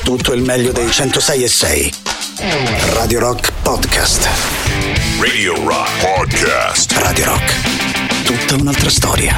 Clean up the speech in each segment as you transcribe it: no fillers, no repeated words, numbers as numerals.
tutto il meglio dei 106.6. Radio Rock Podcast. Radio Rock Podcast. Radio Rock. Tutta un'altra storia.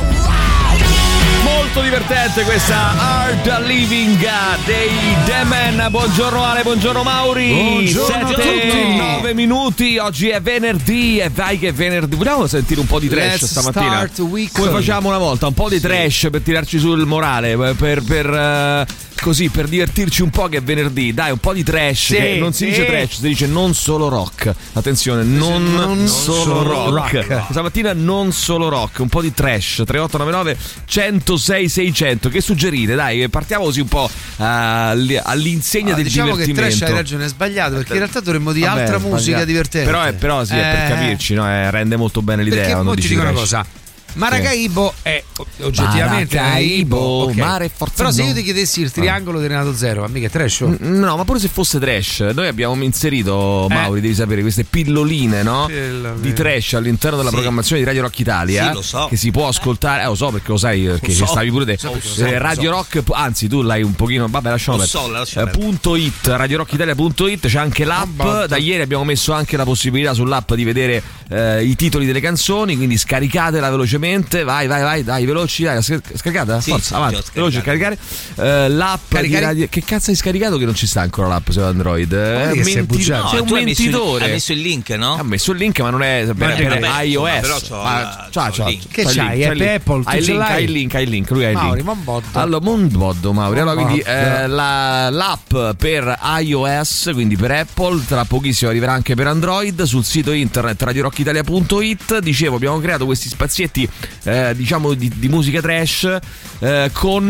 Molto divertente questa Art Living dei The Man. Buongiorno Ale, buongiorno Mauri. Buongiorno 9 minuti. Oggi è venerdì e vai che è venerdì. Vogliamo sentire un po' di trash Let's stamattina? start Come facciamo una volta? Un po' di trash per tirarci sul morale, per così, per divertirci un po' che è venerdì. Dai, un po' di trash. Sì, non si dice trash, si dice non solo rock. Attenzione, non solo rock. Stamattina non solo rock, un po' di trash. 3899 106 600. Che suggerite? Dai, partiamo così un po' all'insegna del diciamo divertimento. Che trash hai ragione, è sbagliato, perché in realtà dovremmo dire altra musica divertente. Però sì, è per capirci, no? Rende molto bene l'idea. Perché poi ti dico una cosa: Maracaibo è oggettivamente Maracaibo, okay. Mare Forza. Però se io ti chiedessi il triangolo di Renato Zero, mica è trash? No, ma pure se fosse trash, noi abbiamo inserito, Mauri, devi sapere, queste pilloline, no? Di trash all'interno della programmazione di Radio Rock Italia. Sì, lo so. Che si può ascoltare, lo so perché lo sai, perché ci stavi pure te. Radio Rock, anzi tu l'hai un pochino, vabbè, lasciamo perdere. .it, radiorockitalia.it, c'è anche l'app. Da ieri abbiamo messo anche la possibilità sull'app di vedere i titoli delle canzoni, quindi scaricatela velocemente. Vai, dai, veloci, dai, scaricata? Sì, Forza, avanti, veloce, caricare. L'app di Radio... Che cazzo hai scaricato che non ci sta ancora l'app su Android? C'è un mentitore. Hai messo il link, no? Ha messo il link, ma non è per iOS. Però che c'hai? È per Apple? Hai il link, lui ha il link. Allora, Monboddo, Mauri. Allora, quindi l'app per iOS, quindi per Apple, tra pochissimo arriverà anche per Android. Sul sito internet radiorockitalia.it, dicevo, abbiamo creato questi spazietti diciamo di musica trash con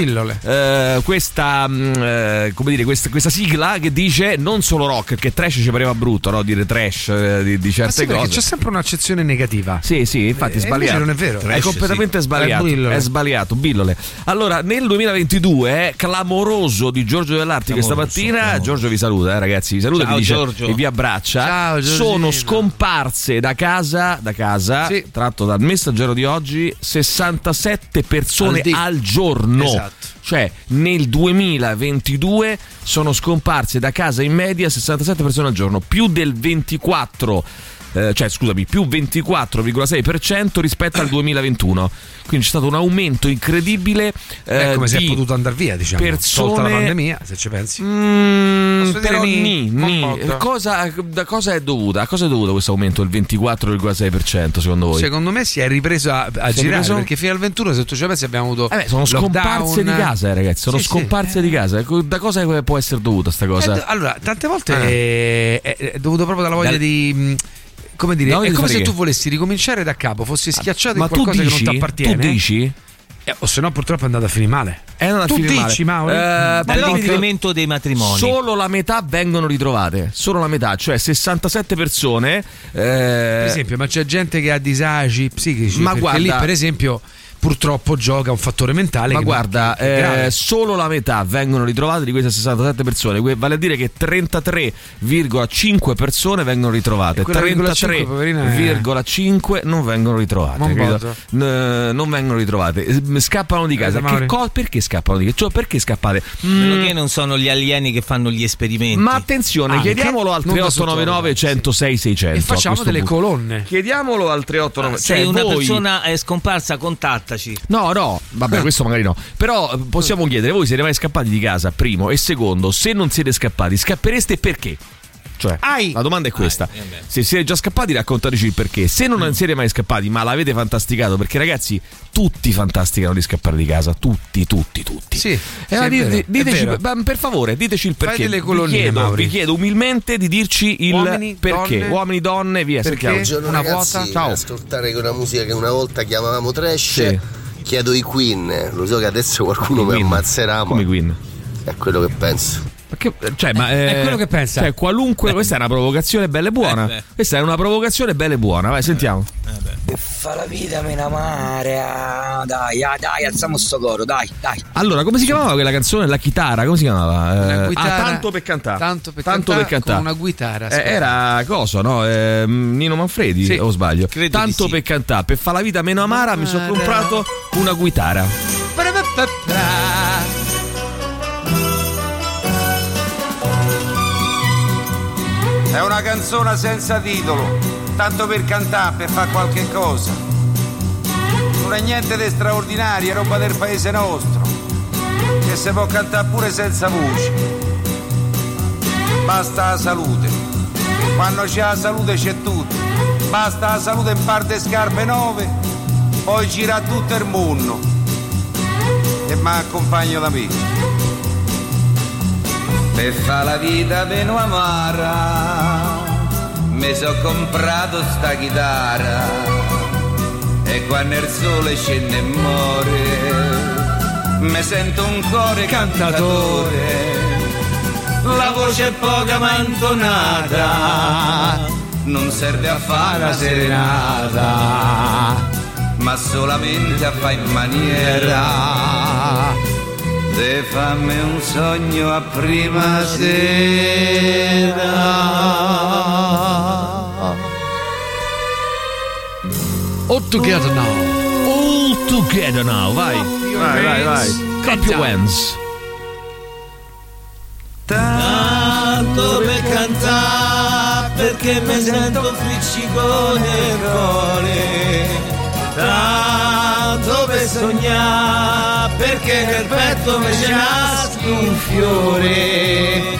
questa come dire, questa sigla che dice non solo rock, che trash ci pareva brutto, no? Dire trash di certe cose. C'è sempre un'accezione negativa. Sì, infatti è sbagliato. Non è vero. È completamente sbagliato. È sbagliato, billole. Allora, nel 2022 Clamoroso di Giorgio Dell'Arti, che stamattina Giorgio vi saluta, ragazzi, vi saluta. Ciao, vi dice Giorgio. e vi abbraccia. Ciao, sono scomparse da casa, sì, tratto dal Messaggero di oggi, 67 persone al giorno. Esatto. Cioè nel 2022 sono scomparse da casa in media 67 persone al giorno, più del 24,6% rispetto al 2021. Quindi c'è stato un aumento incredibile. Come se è potuto andare via, diciamo, persone... tolta la pandemia, se ci pensi. Però da cosa è dovuta? A cosa è dovuto questo aumento del 24,6% secondo voi? Secondo me si è ripreso a girare, perché fino al 21, se tu ci pensi, abbiamo avuto sono scomparse di casa, ragazzi. Sono scomparse di casa. Da cosa può essere dovuta sta cosa? Allora, tante volte è dovuto proprio dalla voglia di... Come dire, è come se tu volessi ricominciare da capo, fossi schiacciato in qualcosa che non ti appartiene. Tu dici? O se no purtroppo è andata a finire male. Tu dici, Mauri? Dall'incremento dei matrimoni. Solo la metà vengono ritrovate. Solo la metà, cioè 67 persone. Per esempio, ma c'è gente che ha disagi psichici. Ma guarda, lì per esempio purtroppo gioca un fattore mentale. Ma guarda, solo la metà vengono ritrovate di queste 67 persone, vale a dire che 33,5 persone vengono ritrovate, 33,5 non vengono ritrovate. Non vengono ritrovate, scappano di casa. Perché scappano di casa? Cioè, perché scappate? Che non sono gli alieni che fanno gli esperimenti. Ma attenzione, chiediamolo al 3899 106 600 e facciamo delle colonne. Chiediamolo al 3899. Se una persona è scomparsa, contattaci. No, vabbè, questo magari no. Però possiamo chiedere, voi siete mai scappati di casa, primo, e secondo, se non siete scappati, scappereste perché? Cioè, la domanda è questa: se siete già scappati, raccontateci il perché. Se non siete mai scappati, ma l'avete fantasticato, perché ragazzi, tutti fantasticano di scappare di casa, tutti. Sì, diteci, per favore, diteci il perché. Vi chiedo umilmente di dirci il uomini, perché. Donne. Uomini, donne, via. Buongiorno una ragazzi, vuota. Ciao. Ascoltare quella musica che una volta chiamavamo trash. Sì. Chiedo i Queen. Lo so che adesso qualcuno mi ammazzerà, ma come Queen? È quello che penso. È quello che pensa. Cioè, qualunque. Questa è una provocazione bella e buona. Questa è una provocazione bella e buona. Vai, sentiamo. Fa la vita me la mare. Dai, alziamo sto coro, dai. Allora, come si chiamava quella canzone? La chitarra, come si chiamava? Tanto per cantare. Tanto per cantare. Con una chitarra. Era cosa, no? Nino Manfredi, sì, o sbaglio? Tanto per cantare. Per fare la vita meno amara mi sono comprato una chitarra. È una canzone senza titolo, tanto per cantare, per fare qualche cosa. Non è niente di straordinario, è roba del paese nostro, che si può cantare pure senza voce. Basta la salute, quando c'è la salute c'è tutto. Basta la salute in parte scarpe nuove, poi gira tutto il mondo. E mi accompagno da me. Per fa la vita meno amara, mi so comprato sta chitarra, e quando il sole scende e muore, mi sento un cuore cantatore. La voce è poca ma intonata, non serve a fare la serenata, ma solamente a fare in maniera de fammi un sogno a prima sera. All together now. All together now, vai. Vai. Clap your hands. Tanto per cantare, perché mi sento friccico nel cuore. Tanto per sognare, perché nel petto mi nasce un fiore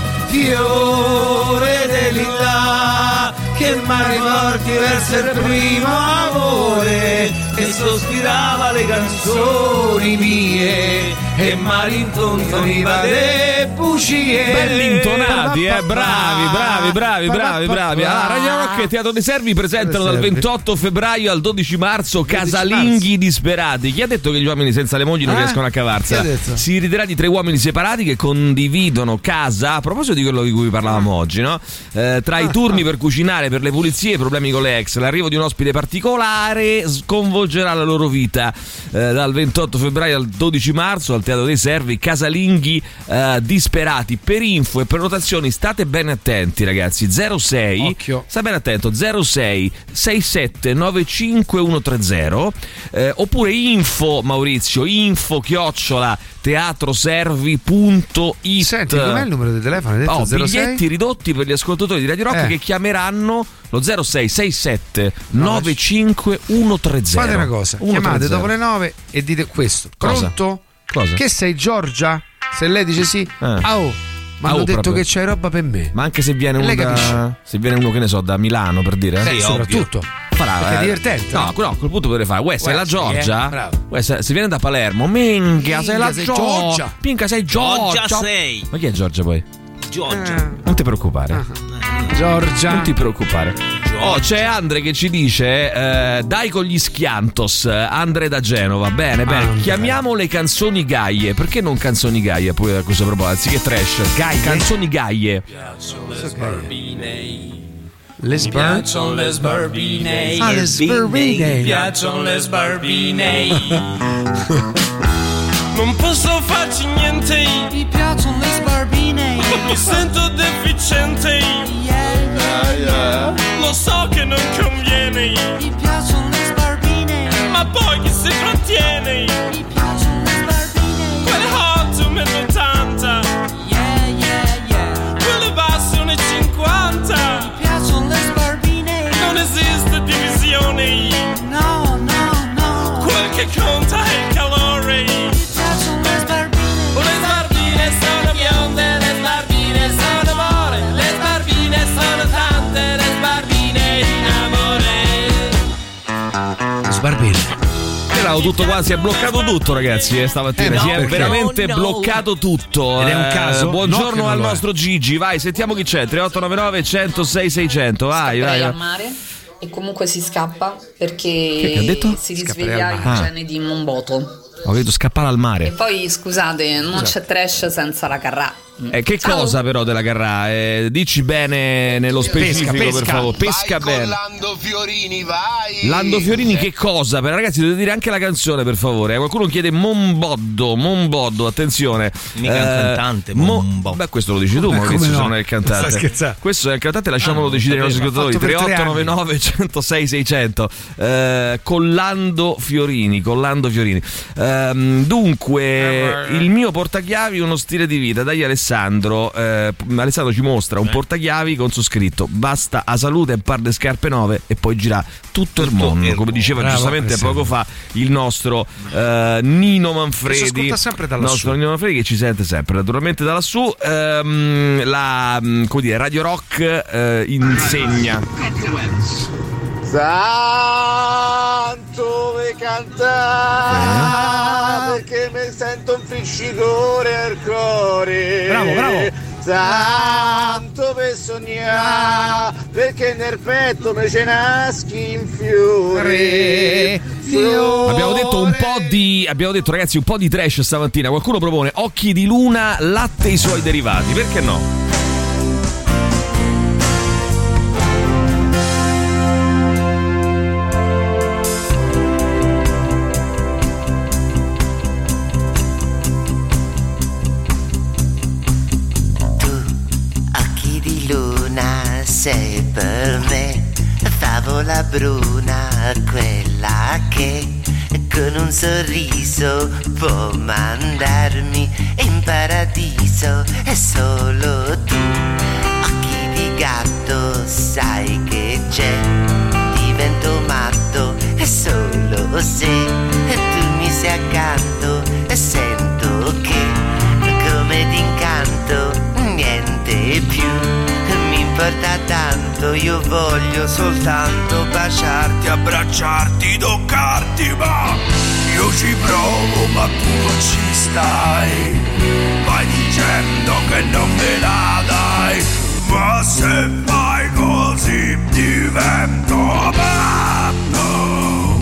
di lilla, che mi riporti verso il primo amore, che sospirava le canzoni mie e mi rintoniva le bugie. Belli intonati, bravi. Allora, Radio Rock e Teatro dei Servi presentano dal 28 febbraio al 12 marzo Casalinghi disperati. Chi ha detto che gli uomini senza le mogli non riescono a cavarsela? Si riderà di 3 uomini separati che condividono casa, a proposito di quello di cui parlavamo oggi, no? Tra i turni per cucinare, per le pulizie, i problemi con le ex, l'arrivo di un ospite particolare sconvolgerà la loro vita. Dal 28 febbraio al 12 marzo al Teatro dei Servi Casalinghi disperati. Per info e prenotazioni state ben attenti, ragazzi. 06 occhio, sta ben attento, 06 67 95 130 oppure info @teatroservi.it. Senti, com'è il numero di telefono? Hai detto 06? Biglietti ridotti per gli ascoltatori di Radio Rock che chiameranno lo 06 67 95 130. Fate una cosa, chiamate dopo le 9 e dite questo. Pronto? Cosa? Che sei Giorgia? Se lei dice sì, mi hanno detto proprio che c'hai roba per me. Ma anche se viene uno che ne so, da Milano, per dire. Sì, soprattutto. Perché è divertente. No, a quel punto potrei fare. Sei la Giorgia? Se viene da Palermo, minchia, sei la Giorgia. Minchia, sei Giorgia. Sei. Ma chi è Giorgia poi? Giorgia. Non ti preoccupare. Giorgia. Non ti preoccupare. C'è Andre che ci dice dai con gli Schiantos. Andre da Genova. Bene. Chiamiamo le canzoni gaie. Perché non canzoni gaie poi a questo proposito? Anziché trash. Canzoni gaie. Le piacciono le sbarbine. Le sbarbine. Mi piacciono le sbarbine. Non posso farci niente. Mi piacciono le sbarbine. Mi sento deficiente. Lo so che non conviene. Mi piacciono le sbarbine. Ma poi chi si trattiene? Mi piacciono le sbarbine. Quelle hot 1,80 m. Quelle basse 1,50 m. Mi piacciono le sbarbine. Non esiste divisione. No. Quel che conta è il calore. Mi piacciono le sbarbine. Le sbarbine sono bionde, le sbarbine sono amore, le sbarbine sono tante, le sbarbine in amore. Sbarbine. Tutto qua, si è bloccato tutto, ragazzi. Stamattina si è veramente bloccato tutto. Ed è un caso. Buongiorno al nostro Gigi. Vai, sentiamo chi c'è. 3899 106 600. Vai. Al mare. E comunque si scappa perché che ha detto? Si risveglia in gene di Momboto. Ho detto scappare al mare. E poi scusate, non c'è trash senza la Carrà. Che cosa però della Carrà? Dici bene nello specifico, per favore. Pesca bene. Lando Fiorini, vai. Lando Fiorini, che cosa? Ragazzi, dovete dire anche la canzone, per favore. Qualcuno chiede Momboddo, attenzione. Mica un cantante, Momboddo. Beh, questo lo dici tu, Maurizio, se non è il cantante. Questo è il cantante, lasciamolo decidere i nostri ascoltatori. 3899 106 600. Collando Fiorini. Dunque, il mio portachiavi, uno stile di vita. Dai Alessandro, Alessandro. Alessandro ci mostra un portachiavi con su scritto: basta a salute e un par di scarpe nuove e poi gira tutto il mondo, come diceva giustamente poco fa il nostro Nino Manfredi, Nino Manfredi, che ci sente sempre naturalmente da lassù. Radio Rock insegna santo per cantare perché mi sento un friccicore al cuore. Bravo. Santo per sognare perché nel petto mi ce naschi in fiore. Abbiamo detto ragazzi un po' di trash stamattina. Qualcuno propone Occhi di Luna, Latte e i suoi derivati, perché no? Sei per me favola bruna, quella che con un sorriso può mandarmi in paradiso. È solo tu, occhi di gatto, sai che c'è, divento matto. È solo se tu mi sei accanto e sento che come d'incanto niente più importa tanto, io voglio soltanto baciarti, abbracciarti, toccarti, ma io ci provo ma tu non ci stai, vai dicendo che non me la dai, ma se fai così divento matto.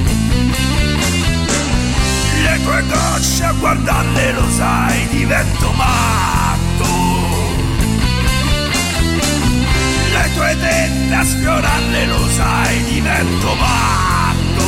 Le tue cosce a guardarle lo sai, divento matto. Le tue tette a sfiorarle lo sai, divento matto.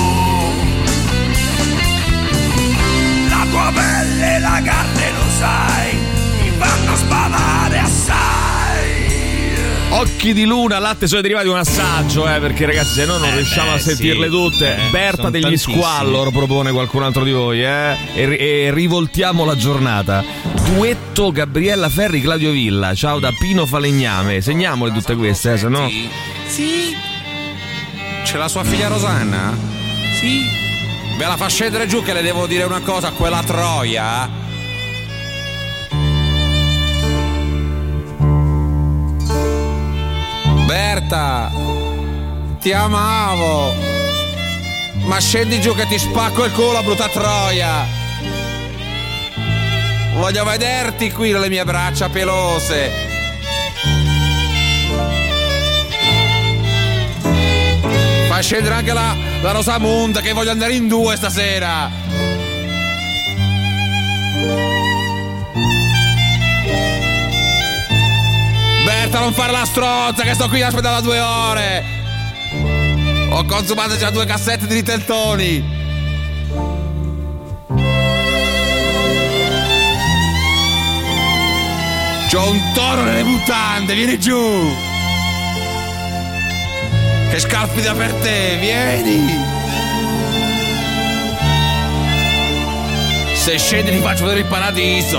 La tua pelle e la carne lo sai, mi fanno sbavare assai. Occhi di Luna, Latte e suoi derivati, un assaggio, perché ragazzi se no non riusciamo a sentirle tutte. Berta degli tantissimi. Squallor propone qualcun altro di voi, e rivoltiamo la giornata. Duetto Gabriella Ferri, Claudio Villa. Ciao da Pino Falegname. Segniamole tutte queste, se no. Sì. C'è la sua figlia Rosanna? Sì. Ve la fa scendere giù che le devo dire una cosa a quella troia. Berta, ti amavo. Ma scendi giù che ti spacco il culo, brutta troia. Voglio vederti qui nelle mie braccia pelose. Fai scendere anche la Rosamunda, che voglio andare in due stasera. Berta, non fare la strozza, che sto qui a aspettare da 2 ore. Ho consumato già 2 cassette di Riteltoni. C'ho un toro nelle mutande, vieni giù! Che scalpita per te, vieni! Se scendi ti faccio vedere il paradiso!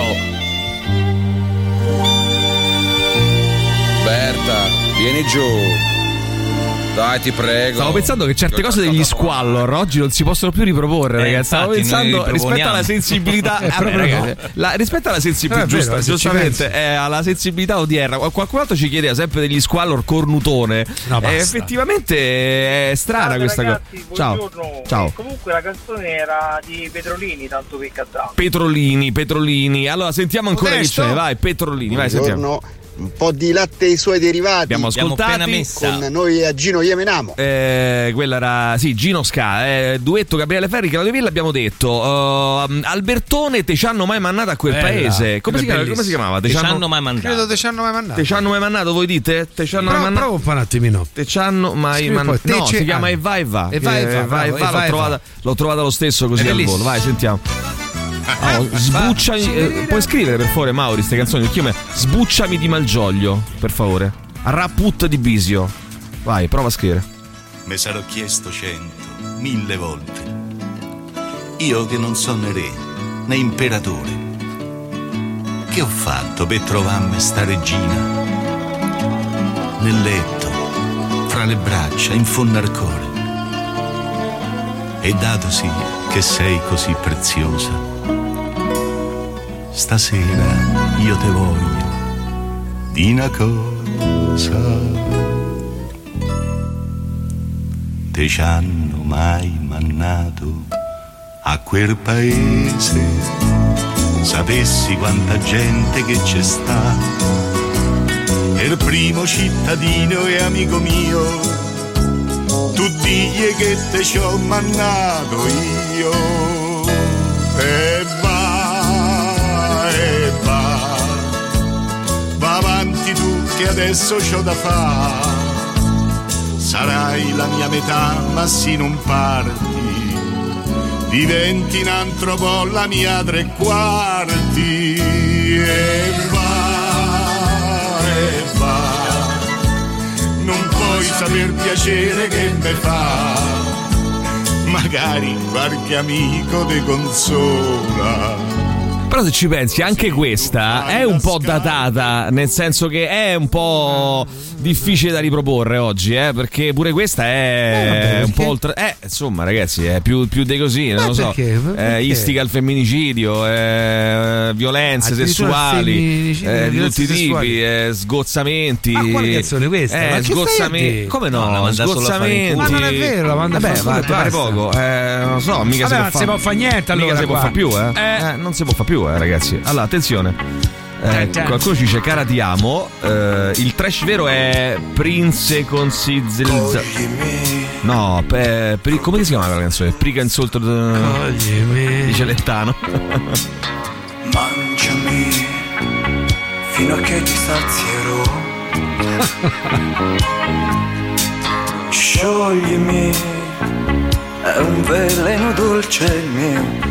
Berta, vieni giù! Dai, ti prego. Stavo pensando che certe cose degli Squallor oggi non si possono più riproporre, ragazzi. Stavo pensando rispetto alla sensibilità. Rispetto alla sensibilità, giustamente, alla sensibilità odierna. Qualcun altro ci chiedeva sempre degli Squallor cornutone. No, effettivamente è strana questa ragazzi, cosa. Ciao. Comunque la canzone era di Petrolini, tanto per cazzare. Petrolini. Allora sentiamo ancora che c'è. Vai, Petrolini, vai, sentiamo. Un po' di Latte e i suoi derivati. Abbiamo ascoltati con noi a Gino Iemenamo. Quella era Gino Ska. Duetto Gabriele Ferri, Claudio Villa. Abbiamo detto Albertone, te ci hanno mai mandato a quel paese? Come si chiamava? Te ci hanno mai mandato. Credo te ci hanno mai mandato. Te ci hanno mai mandato, voi dite? Te ci hanno mai mandato. Prova un po' un attimino. Te ci hanno mai mandato. No, si chiama E vai va. L'ho trovata lo stesso così al volo. Vai, sentiamo. Sbucciami, puoi scrivere per favore, Mauri, queste canzoni? Sbucciami di Malgioglio, per favore. Raput di Bisio. Vai, prova a scrivere. Me sarò chiesto 100, 1000 volte. Io che non sono né re né imperatore, che ho fatto per trovarmi sta regina? Nel letto, fra le braccia, in fondo al cuore. E datosi che sei così preziosa, stasera io te voglio di una cosa. Te ci hanno mai mannato a quel paese? Sapessi quanta gente che c'è sta. E il primo cittadino e amico mio, tu digli che te ci ho mannato io. E va avanti tu che adesso c'ho da fare. Sarai la mia metà, ma se non parti, diventi un altro po' la mia tre quarti. E va, non puoi saper piacere che me fa, magari qualche amico te consola. Però se ci pensi, anche questa è un po' datata, nel senso che è un po' difficile da riproporre oggi, perché pure questa è un po' oltre. Insomma, ragazzi, è più di così, non lo so. Perché? Istiga al femminicidio, violenze sessuali di tutti i tipi, sgozzamenti. Ma quale canzone questa? Sgozzamenti. Come no? Sgozzamenti. Ma non è vero, la manda a fare poco. Non so, mica non si può fare niente, allora. Mica si può fare più, non si può fare più, ragazzi. Allora, attenzione. Qualcuno ci dice cara ti amo. Il trash vero è Prince con Sizzle. No, come si chiama la canzone? Prica in solto di Celentano. Mangiami fino a che ti sazierò. Scioglimi, è un veleno dolce il mio.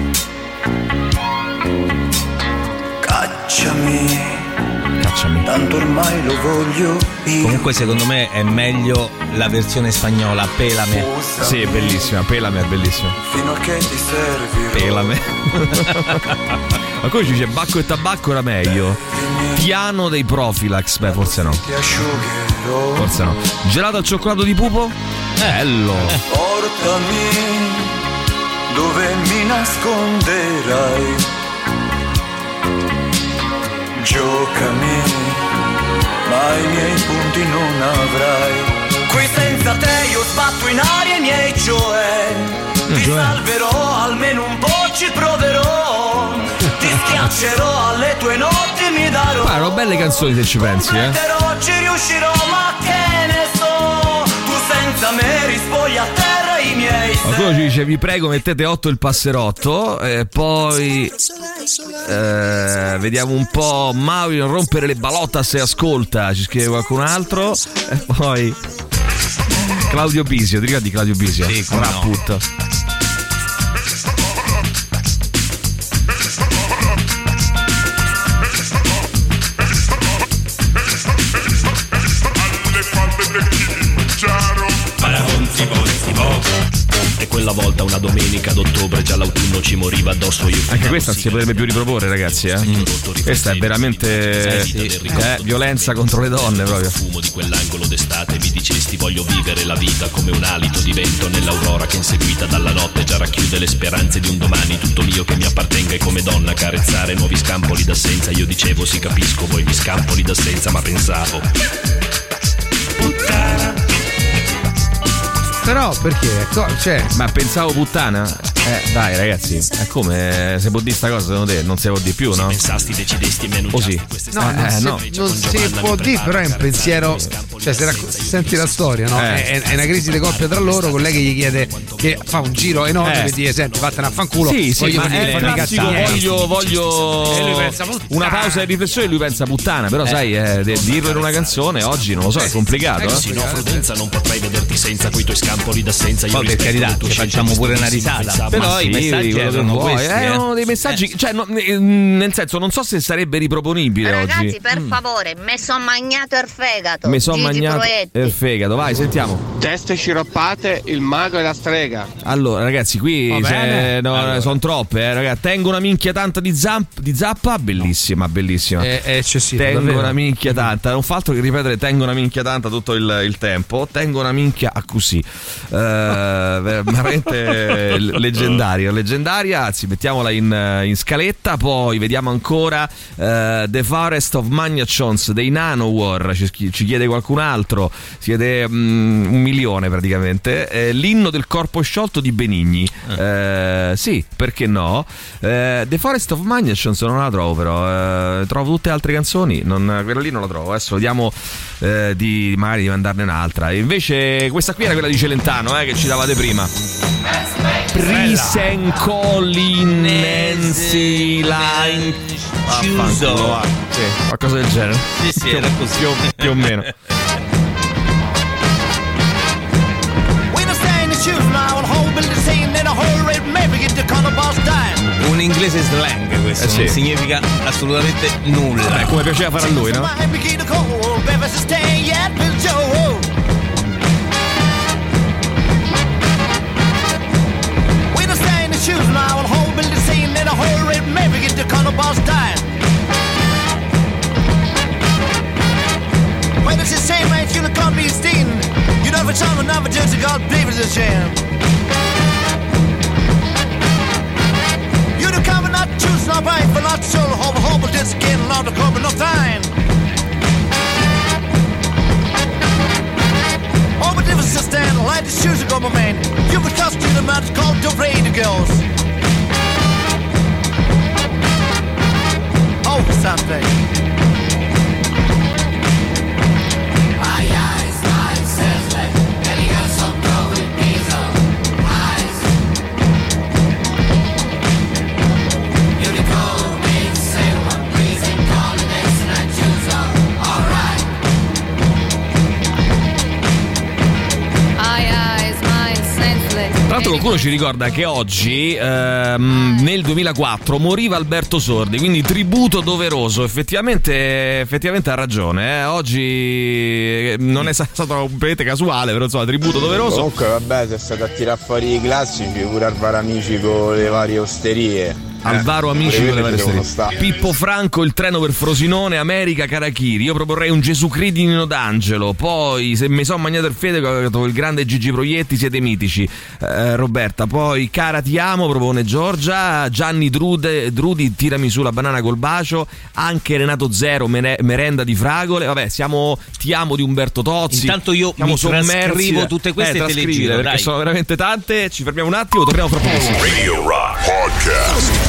Cacciami, tanto ormai lo voglio io. Comunque secondo me è meglio la versione spagnola, Pelame. Sì, è bellissima, Pelame è bellissima. Fino a che ti servirò. Pelame. Ma come ci dice Bacco e Tabacco era meglio. Piano dei Profilax, beh forse no. Ti asciugherò. Forse no. Gelato al cioccolato di pupo? Bello. Portami dove mi nasconderai. Giocami, ma i miei punti non avrai. Qui senza te io sbatto in aria i miei cioè. Ti salverò, almeno un po' ci proverò. Ti schiaccerò alle tue notti, mi darò. Erano belle canzoni se ci pensi, ci riuscirò, ma che ne so. Tu senza me rispogli a terra i miei. Qualcuno ci dice vi prego mettete 8 il passerotto. Poi vediamo un po'. Mauri non rompere le balotta se ascolta, ci scrive qualcun altro. E poi Claudio Bisio, ti ricordi Claudio Bisio? Sì, come Rapput. No. E quella volta una domenica d'ottobre già l'autunno ci moriva addosso io. Anche questa non si potrebbe più riproporre, ragazzi, Questa è veramente violenza contro le donne proprio. Il fumo di quell'angolo d'estate mi dicesti voglio vivere la vita come un alito di vento nell'aurora che inseguita dalla notte già racchiude le speranze di un domani tutto mio che mi appartenga e come donna carezzare nuovi scampoli d'assenza. Io dicevo sì capisco voi gli scampoli d'assenza ma pensavo puttana. Però perché? Ma pensavo puttana? Dai ragazzi, è come se può dire sta cosa secondo te? Non si può dire più, no? Pensasti, decidesti e o sì? No, non si può dire, però è un pensiero. Cioè, se senti la storia, no? È una crisi di coppia tra loro, con lei che gli chiede, che fa un giro enorme per dire, senti, vattene a fanculo. Sì, ma è classico, voglio e lui pensa una pausa di riflessione e lui pensa puttana, però sai, dirlo in una canzone oggi non lo so, è complicato. Sì, no, Prudenza, non potrei vederti senza quei tuoi scampoli d'assenza. Poi per carità, ci facciamo pure una risata. Però i messaggi erano questi, erano dei messaggi, cioè nel senso non so se sarebbe riproponibile ragazzi, oggi. per favore, mi son magnato il fegato. Mi son bagnato e il fegato. Vai, sentiamo. Teste sciroppate, il mago e la strega. Allora, ragazzi, qui sono troppe, ragazzi. Tengo una minchia tanta di zappa, bellissima, bellissima. È eccessivo. Tengo davvero. una minchia tanta, non fa altro che ripetere tengo una minchia tanta tutto il tempo. Tengo una minchia a così. Veramente leggendaria. Anzi, mettiamola in scaletta. Poi vediamo ancora The Forest of Magnachons dei Nanowar. Ci chiede qualcun altro. Siete 1 milione praticamente. L'inno del corpo sciolto di Benigni. Sì, perché no? The Forest of Magnachons non la trovo, però trovo tutte altre canzoni, quella lì non la trovo. Adesso vediamo magari di mandarne un'altra. E invece questa qui era quella di Celentano, che ci davate prima. Prisen Colin Nancy Line Chiuso, qualcosa del genere. Sì, era così più o meno. Un inglese slang questo, sì. Non significa assolutamente nulla. Come piaceva fare a lui, no? When it's the same man, you're gonna be seen. You know, if it's on another jersey, God, believe it's a shame. You don't come and not choose, not right, but not sure. Hope, but this again, not the club, no time. Oh, but if it's a stand, like the shoes are my man. You would cost you the man, called the radio girls. Oh, something. Tra l'altro qualcuno ci ricorda che oggi nel 2004 moriva Alberto Sordi, quindi tributo doveroso. Effettivamente ha ragione, Oggi non è stato completamente casuale, però insomma tributo doveroso. Comunque vabbè, se state a tirare fuori i classici, pure Alvaro Amici con le varie osterie. Alvaro Amici con le varie osterie. Pippo Franco, il treno per Frosinone, America Carachiri. Io proporrei un Gesù Cristo di Nino D'Angelo. Poi se mi sono magnato il fede il grande Gigi Proietti, siete mitici. Roberta, poi Cara ti amo, propone Giorgia. Gianni Drudi, tirami su la banana col bacio. Anche Renato Zero, merenda di fragole. Vabbè, siamo Ti amo di Umberto Tozzi. Intanto io mi trascrivo tutte queste e te le giro, perché sono veramente tante. Ci fermiamo un attimo, torniamo fra poco. Radio Rock Podcast.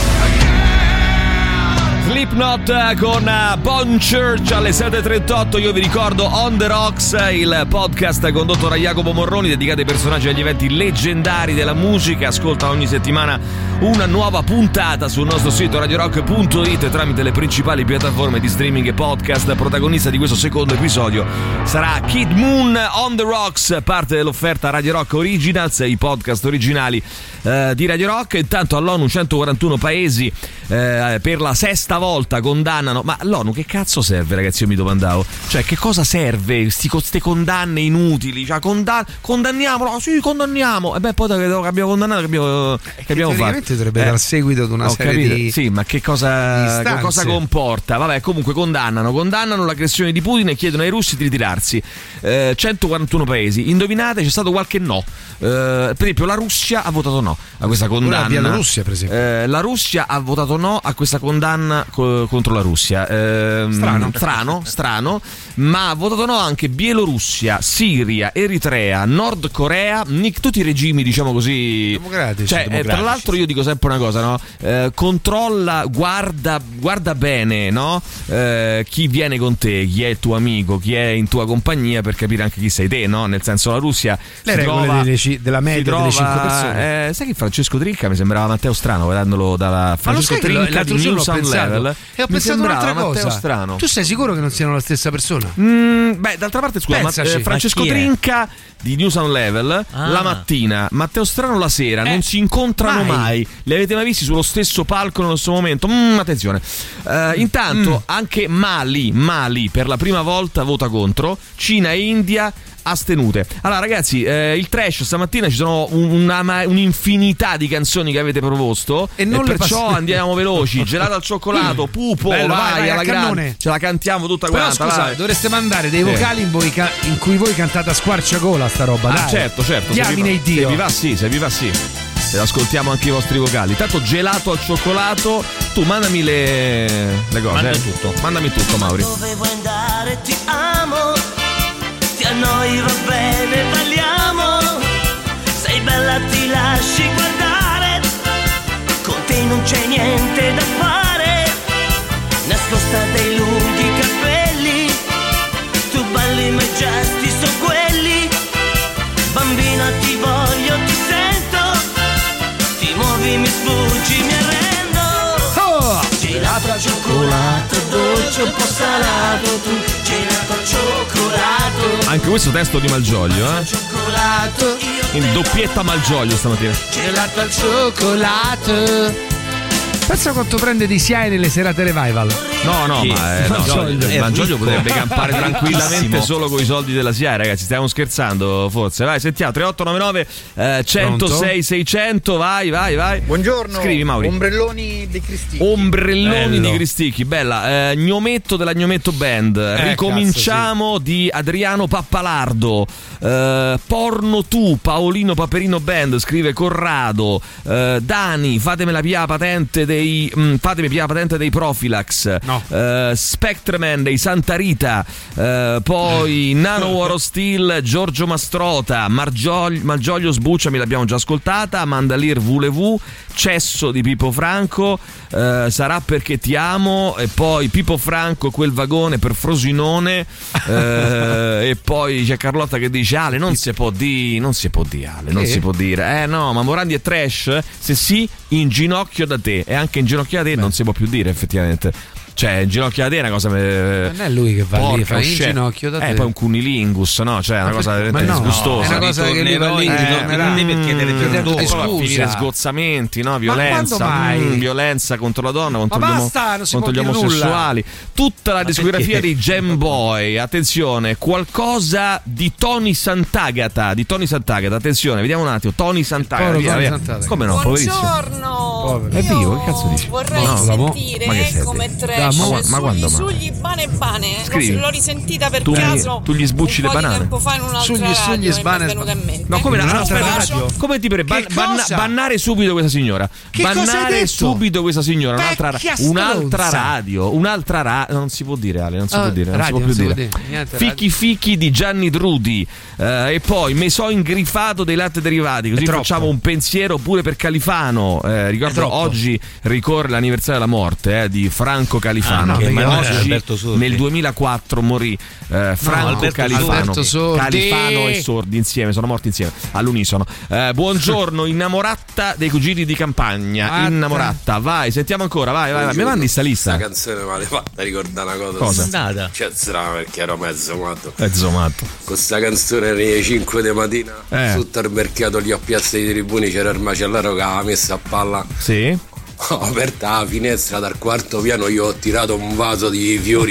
Slipknot con Bon Church alle 7.38. Io vi ricordo On The Rocks, il podcast condotto da Jacopo Morroni, dedicato ai personaggi e agli eventi leggendari della musica. Ascolta ogni settimana una nuova puntata sul nostro sito radiorock.it tramite le principali piattaforme di streaming e podcast. Protagonista di questo secondo episodio sarà Kid Moon. On The Rocks, parte dell'offerta Radio Rock Originals, i podcast originali di Radio Rock. Intanto all'ONU 141 paesi per la sesta volta condannano. Ma l'ONU che cazzo serve, ragazzi? Io mi domandavo, cioè che cosa serve queste condanne inutili? Cioè condanniamo, no, sì, condanniamo, e beh poi che abbiamo condannato che abbiamo fatto dovrebbe dar seguito ad una serie di sì, ma che cosa comporta? Vabbè, comunque condannano l'aggressione di Putin e chiedono ai russi di ritirarsi. 141 paesi. Indovinate, c'è stato qualche no. Per esempio la Russia ha votato no a questa condanna. La Bielorussia, per esempio. La Russia ha votato no a questa condanna contro la Russia. Strano, ma ha votato no anche Bielorussia, Siria, Eritrea, Nord Corea, tutti i regimi, diciamo così, democratici. Cioè, tra l'altro io dico sempre una cosa, no? Controlla, guarda bene, no? Chi viene con te, chi è il tuo amico, chi è in tua compagnia, per capire anche chi sei te, no? Nel senso, la Russia le regole della media delle 5 persone. Sai che Francesco Trinca mi sembrava Matteo Strano, vedendolo dalla Francesco Trinca di New Sound Level. E ho pensato un'altra cosa. Strano. Tu sei sicuro che non siano la stessa persona? Beh, d'altra parte, scusa, Francesco Trinca di New Sound Level la mattina, Matteo Strano la sera, non si incontrano mai. li avete mai visti sullo stesso palco nello stesso momento? Attenzione. Intanto anche Mali per la prima volta vota contro, Cina e India astenute. Allora ragazzi, il trash stamattina ci sono un'infinità di canzoni che avete proposto e perciò andiamo veloci. Gelato al cioccolato, Pupo, bello, vai alla grande, ce la cantiamo tutta però quanta. Scusate, dovreste mandare dei vocali in cui voi cantate a squarciagola sta roba, dai. Certo, Diamine il Dio. Se vi va sì. E ascoltiamo anche i vostri vocali. Tanto gelato al cioccolato, tu mandami le cose. Mandami tutto, Mauri. Dove vuoi andare, ti amo. Ti annoi, va bene, balliamo. Sei bella, ti lasci guardare. Con te non c'è niente da fare. Nascosta dei lunghi capelli. Tu balli, ma i gesti sono quelli. Bambina, ti voglio, ti sento. Ti muovi, mi sfuggi, mi arrendo. Gelato al cioccolato, dolce un po' salato. Tu, gelato al cioccolato. Anche questo testo di Malgioglio, Cioccolato. In doppietta Malgioglio stamattina. Gelato al cioccolato. Pensa quanto prende di SIAE nelle serate revival. No, Malgioglio potrebbe campare tranquillamente solo con i soldi della SIAE, ragazzi. Stiamo scherzando, forse. Vai, sentiamo 3899 106 600. Vai. Buongiorno. Scrivi, Mauri. Ombrelloni di Cristicchi. Ombrelloni di Cristicchi, bella. Gnometto della Gnometto Band. Ricominciamo, di Adriano Pappalardo. Porno tu, Paolino Paperino Band, scrive Corrado. Dani, fatemi la patente dei Profilax. No. Spectreman dei Santa Rita. Poi Nano War of Steel, Giorgio Mastrota. Malgioglio Sbucciami, l'abbiamo già ascoltata. Mandalir Voulez-vous. Cesso di Pippo Franco, Sarà perché ti amo. E poi Pippo Franco, quel vagone per Frosinone. E poi c'è Carlotta che dice: Ale, non si può dire, Ale, non si può dire. No, ma Morandi è trash? Se sì, in ginocchio da te. E anche in ginocchio da te non si può più dire, effettivamente. Cioè, in ginocchio da te è una cosa. Non è lui che va lì, fa in ginocchio da te. Poi un cunilingus, no? Cioè, è una cosa disgustosa. È una cosa che lui va lì per chiedere perdono. Finire sgozzamenti, no? Violenza contro la donna, contro gli omosessuali. Tutta la discografia di Gem Boy. Attenzione, qualcosa di Tony Sant'Agata. Attenzione, vediamo un attimo. Tony Sant'Agata. Come no, poverissimo. Buongiorno. È vivo, che cazzo dici? Vorrei sentire come trash ma quando sugli Bane Bane. Scrivi. L'ho risentita per caso. Tu gli sbucci le banane. Tempo fa in un'altra radio, mi è venuta in mente. No, come un'altra radio? Come ti bannare subito questa signora? Bannare subito questa signora. Un'altra radio. Non si può dire, Ale, non si può dire. Non si può più dire. Fichi di Gianni Drudi. E poi mi so ingrifato dei latte derivati. Così facciamo un pensiero pure per Califano. Ricordo oggi ricorre l'anniversario della morte di Franco Califano, oggi nel 2004 morì. Franco Califano. Califano e Sordi insieme, sono morti insieme all'unisono. Buongiorno, innamorata dei cugini di campagna. Innamorata, vai, sentiamo ancora, vai. Mi mandi sta lista. Questa canzone mi ha fatta ricordare una cosa. C'è strano perché ero mezzo matto. Con questa canzone alle 5 di mattina sotto al mercato lì a Piazza dei Tribuni c'era il macellaro che aveva messo a palla. Sì. Ho aperta la finestra dal quarto piano, io ho tirato un vaso di fiori.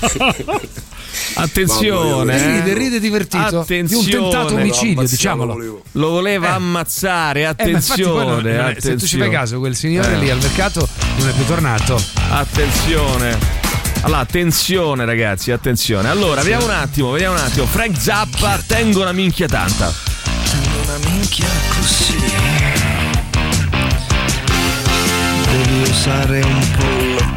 Attenzione, ride divertito. Attenzione. Di un tentato omicidio, diciamolo. Lo voleva ammazzare. Attenzione, se tu ci fai caso, quel signore lì al mercato non è più tornato. Attenzione. Allora, attenzione ragazzi, attenzione. Allora, vediamo un attimo. Frank Zappa, tengo una minchia tanta. Tengo una minchia così. Devi usare un pollo.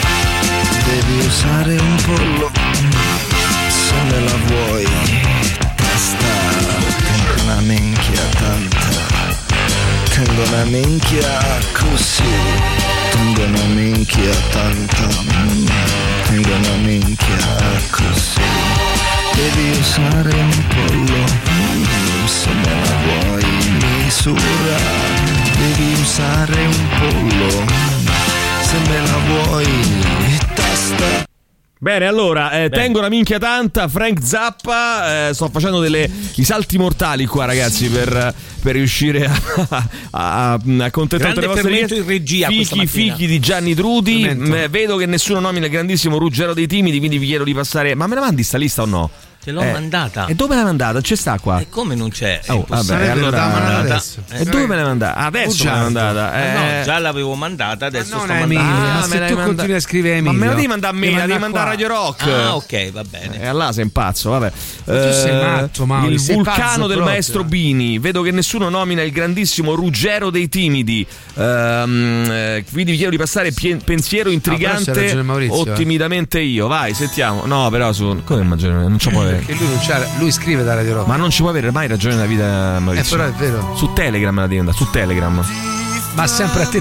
Se me la vuoi, testa. Tengo una minchia tanta. Tengo una minchia così. Tengo una minchia tanta. Tengo una minchia così. Devi usare un pollo. Se me la vuoi misura. Devi usare un pollo. Se me la vuoi, testa. Bene, allora, tengo una minchia tanta, Frank Zappa, sto facendo i salti mortali qua, ragazzi, per riuscire a accontentare le vostre richieste. In regia Fichi di Gianni Trudi. Vedo che nessuno nomina il grandissimo Ruggero dei Timidi, quindi vi chiedo di passare. Ma me la mandi sta lista o no? Te l'ho mandata. E dove l'hai mandata? C'è sta qua? E come non c'è? Vabbè, allora adesso. E dove me l'hai mandata? Adesso me l'hai mandata. No, già l'avevo mandata, adesso sto mandando. Ma se tu continui a scrivere Emilio. Ma me la devi mandare a me, la devi mandare a Radio Rock. Ah, ok, va bene. E allora sei un pazzo, vabbè. Tu sei matto, Mauri, il sei vulcano pazzo del proprio. maestro Bini. Vedo che nessuno nomina il grandissimo Ruggero dei Timidi. Quindi vi chiedo di passare pensiero intrigante o timidamente io. Vai, sentiamo. No, però come ragione? Non ci può avere. Perché lui non c'ha. Lui scrive da Radio Rock. Ma non ci può avere mai ragione nella vita, Maurizio. Però è vero. Su Telegram la devi andare, su Telegram. Ma sempre a te.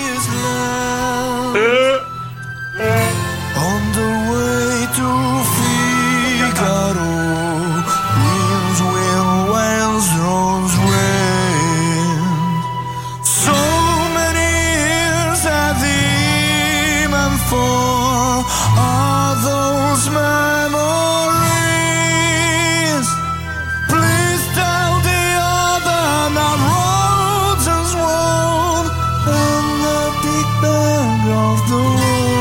On the way to Figaro, winds, wind, winds, rose, wind. So many years at the and for all those memories. Please tell the other not roads as world and the big bang of the world.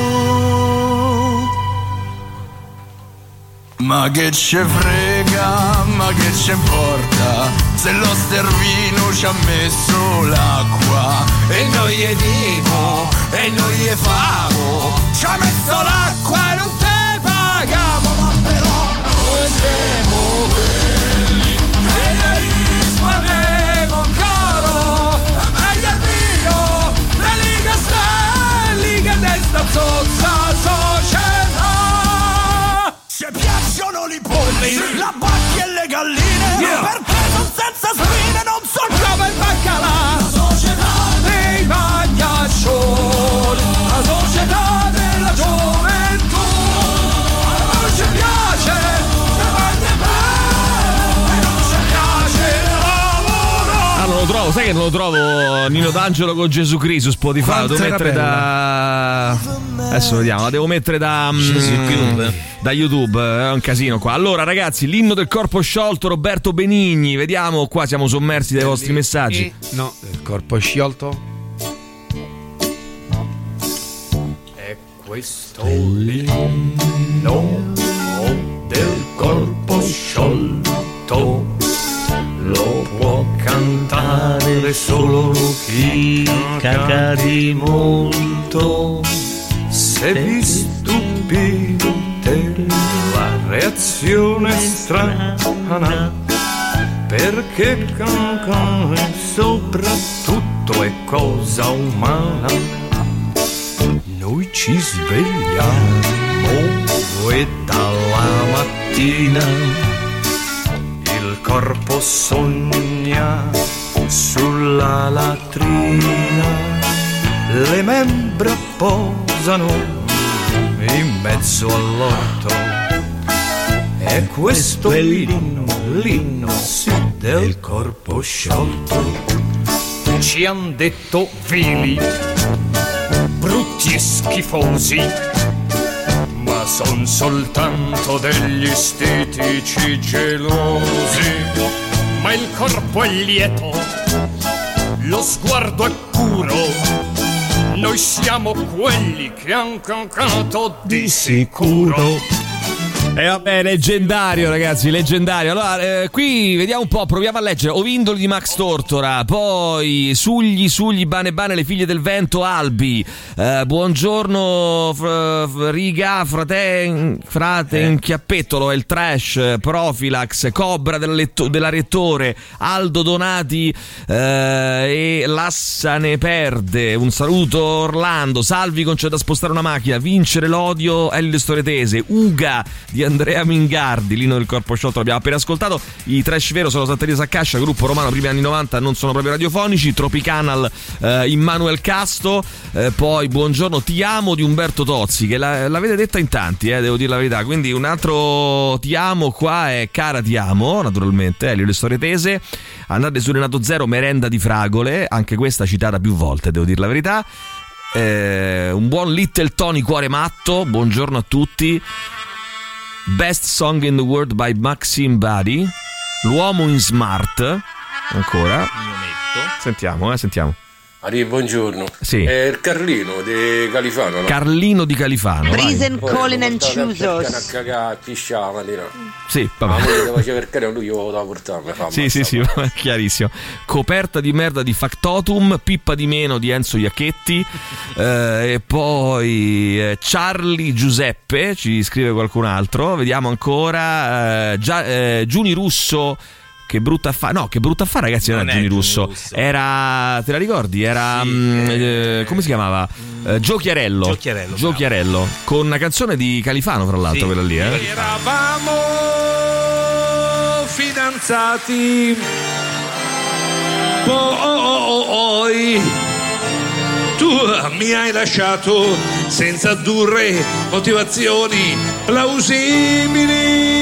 Ma che ce frega, ma che ce importa, se lo stervino ci ha messo l'acqua. E noi gli dimo, e noi gli famo, ci ha messo l'acqua e non te paghiamo. Ma però noi siamo quelli, e noi risparmiamo ancora. Meglio il vino, le Castelli, che testa zozza società. Ci piacciono i polli, la bacchia e le galline, perché sono senza spine, non so come il baccalà. La società dei pagliaccioni, la società della gioventù. Non ci piace, ne parte bene, non ci piace lavoro. Non lo trovo, sai che non lo trovo Nino D'Angelo con Gesù Cristo su Spotify, lo devo mettere adesso vediamo, la devo mettere da YouTube, è un casino qua. Allora ragazzi, l'inno del corpo sciolto, Roberto Benigni, vediamo qua, siamo sommersi dai vostri messaggi. No, il corpo sciolto. E questo l'inno del corpo sciolto lo può cantare solo chi caga di molto. Se vi stupite la reazione strana, perché cancare soprattutto è cosa umana. Noi ci svegliamo e dalla mattina il corpo sogna sulla latrina, le membra posano in mezzo all'orto. E questo è l'inno sì, del corpo sciolto. Ci han detto vili, brutti e schifosi, ma son soltanto degli stitici gelosi. Ma il corpo è lieto, lo sguardo è puro, noi siamo quelli che han cantato di sicuro. E vabbè, leggendario ragazzi, leggendario. Allora, qui vediamo un po', proviamo a leggere. Ovindoli di Max Tortora, poi Sugli, Bane Bane, le figlie del vento, Albi. Buongiorno Riga, frate in chiappettolo, è il trash, Profilax, Cobra della Rettore, Aldo Donati e Lassa ne perde. Un saluto Orlando, Salvi concede da spostare una macchina, vincere l'odio, Elio Storetese, Uga di Andrea Mingardi, l'inno del corpo sciolto l'abbiamo appena ascoltato. I trash vero sono Santa Teresa Cascia, gruppo romano primi anni 90, non sono proprio radiofonici. Tropicanal, Immanuel Casto, poi buongiorno Ti amo di Umberto Tozzi, che l'avete detta in tanti, devo dire la verità, quindi un altro Ti amo qua è Cara Ti amo, naturalmente, Elio Le Storie Tese. Andate su Renato Zero, Merenda di Fragole, anche questa citata più volte, devo dire la verità. un buon Little Tony Cuore Matto, buongiorno a tutti. Best Song in the World by Maxim Badi, L'uomo in smart, ancora. Sentiamo. Buongiorno. Sì. È il Carlino di Califano, no? Carlino di Califano. Prison Colin and Choozos. Sì, vabbè. vabbè. Ma perché lui io da portarmi. Sì, chiarissimo. Coperta di merda di Factotum, Pippa di meno di Enzo Iacchetti, e poi Charlie Giuseppe, ci scrive qualcun altro. Vediamo ancora. Giuni Russo. Che brutta affare, ragazzi, non era Giuni Russo. Era, te la ricordi? Era come si chiamava? Gio Chiarello, con una canzone di Califano, fra l'altro, quella lì, Eravamo fidanzati, poi tu mi hai lasciato senza addurre motivazioni plausibili.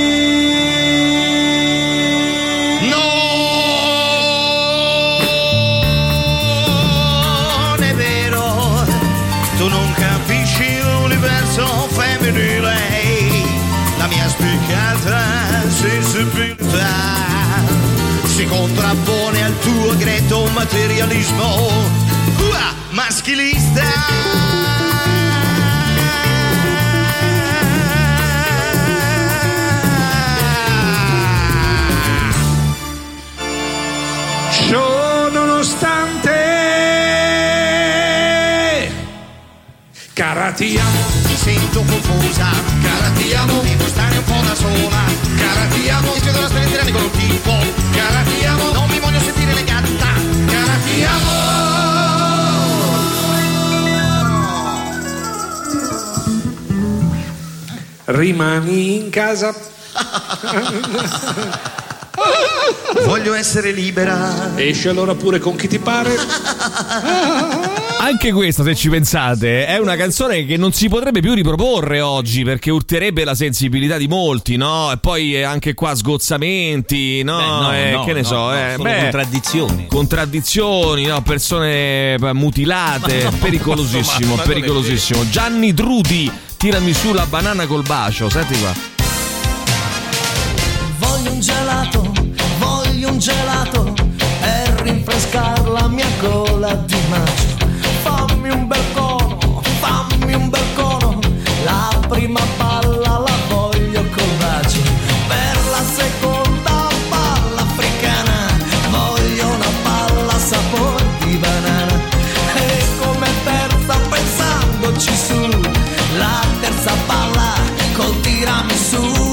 Tu non capisci l'universo femminile, la mia spiccata sensibilità si contrappone al tuo agreto materialismo maschilista. Ciò nonostante, cara ti amo, mi sento confusa, cara ti amo, devo stare un po' da sola, cara ti amo, mi chiedo la splendere con un tipo, cara ti amo, non mi voglio sentire legata, cara ti amo. Rimani in casa. Voglio essere libera. Esci allora pure con chi ti pare. Anche questa, se ci pensate, è una canzone che non si potrebbe più riproporre oggi, perché urterebbe la sensibilità di molti, no? E poi anche qua sgozzamenti, no? Contraddizioni, no? Persone mutilate, pericolosissimo. Gianni Drudi, tirami su la banana col bacio, senti qua. Voglio un gelato e rinfrescar la mia gola di maggio. Fammi un bel cono, la prima palla la voglio col bacio. Per la seconda palla africana voglio una palla sapore di banana. E come terza pensandoci su, la terza palla col tiramisù.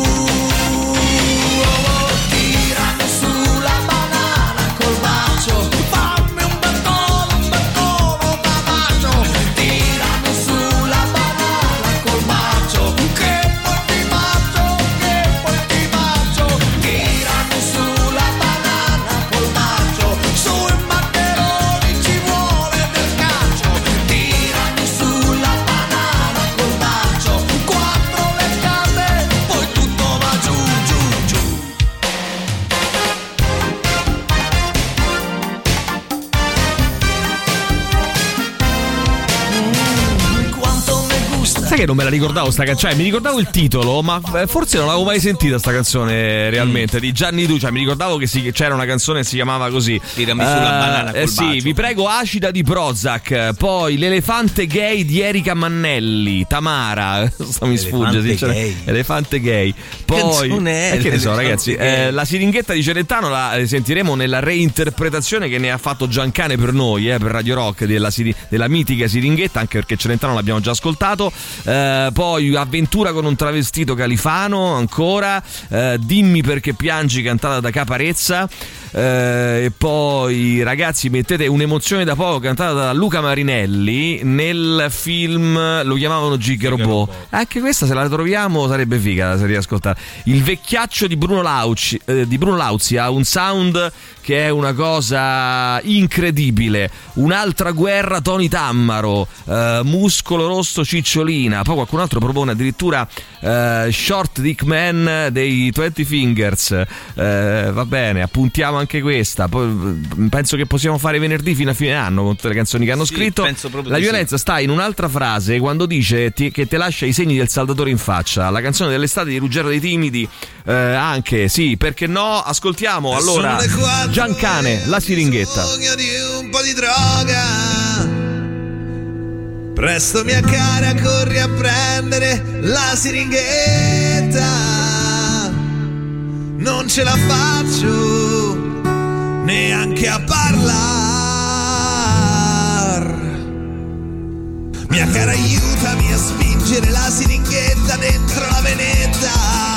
Sai che non me la ricordavo sta canzone, cioè mi ricordavo il titolo, ma forse non l'avevo mai sentita sta canzone realmente di Gianni Du, cioè mi ricordavo che c'era una canzone che si chiamava così. Tirami sulla banana col bacio. Sì, vi prego, acida di Prozac, poi l'elefante gay di Erika Mannelli, Tamara, mi sfugge, elefante gay. Poi che ne so, ragazzi, la siringhetta di Celentano la sentiremo nella reinterpretazione che ne ha fatto Giancane per noi, per Radio Rock, della mitica siringhetta, anche perché Celentano l'abbiamo già ascoltato. Poi Avventura con un travestito Califano, ancora Dimmi perché piangi, cantata da Caparezza. E poi, ragazzi, mettete Un'emozione da poco, cantata da Luca Marinelli nel film Lo chiamavano Giga Robot. Anche questa, se la troviamo, sarebbe figa da riascoltare. Il vecchiaccio di Bruno Lauzi ha un sound che è una cosa incredibile. Un'altra guerra, Tony Tammaro, Muscolo Rosso, Cicciolina, Poi qualcun altro propone addirittura Short Dick Man dei 20 Fingers. Va bene, appuntiamo anche questa. Poi penso che possiamo fare venerdì fino a fine anno con tutte le canzoni che hanno scritto. La violenza sta in un'altra frase, quando dice che te lascia i segni del saldatore in faccia. La canzone dell'estate di Ruggero dei Timidi, anche, sì, perché no? Ascoltiamo allora Giancane, La Siringhetta. Di un po' di droga, presto mia cara corri a prendere la siringhetta, non ce la faccio neanche a parlar, mia cara aiutami a spingere la siringhetta dentro la venetta,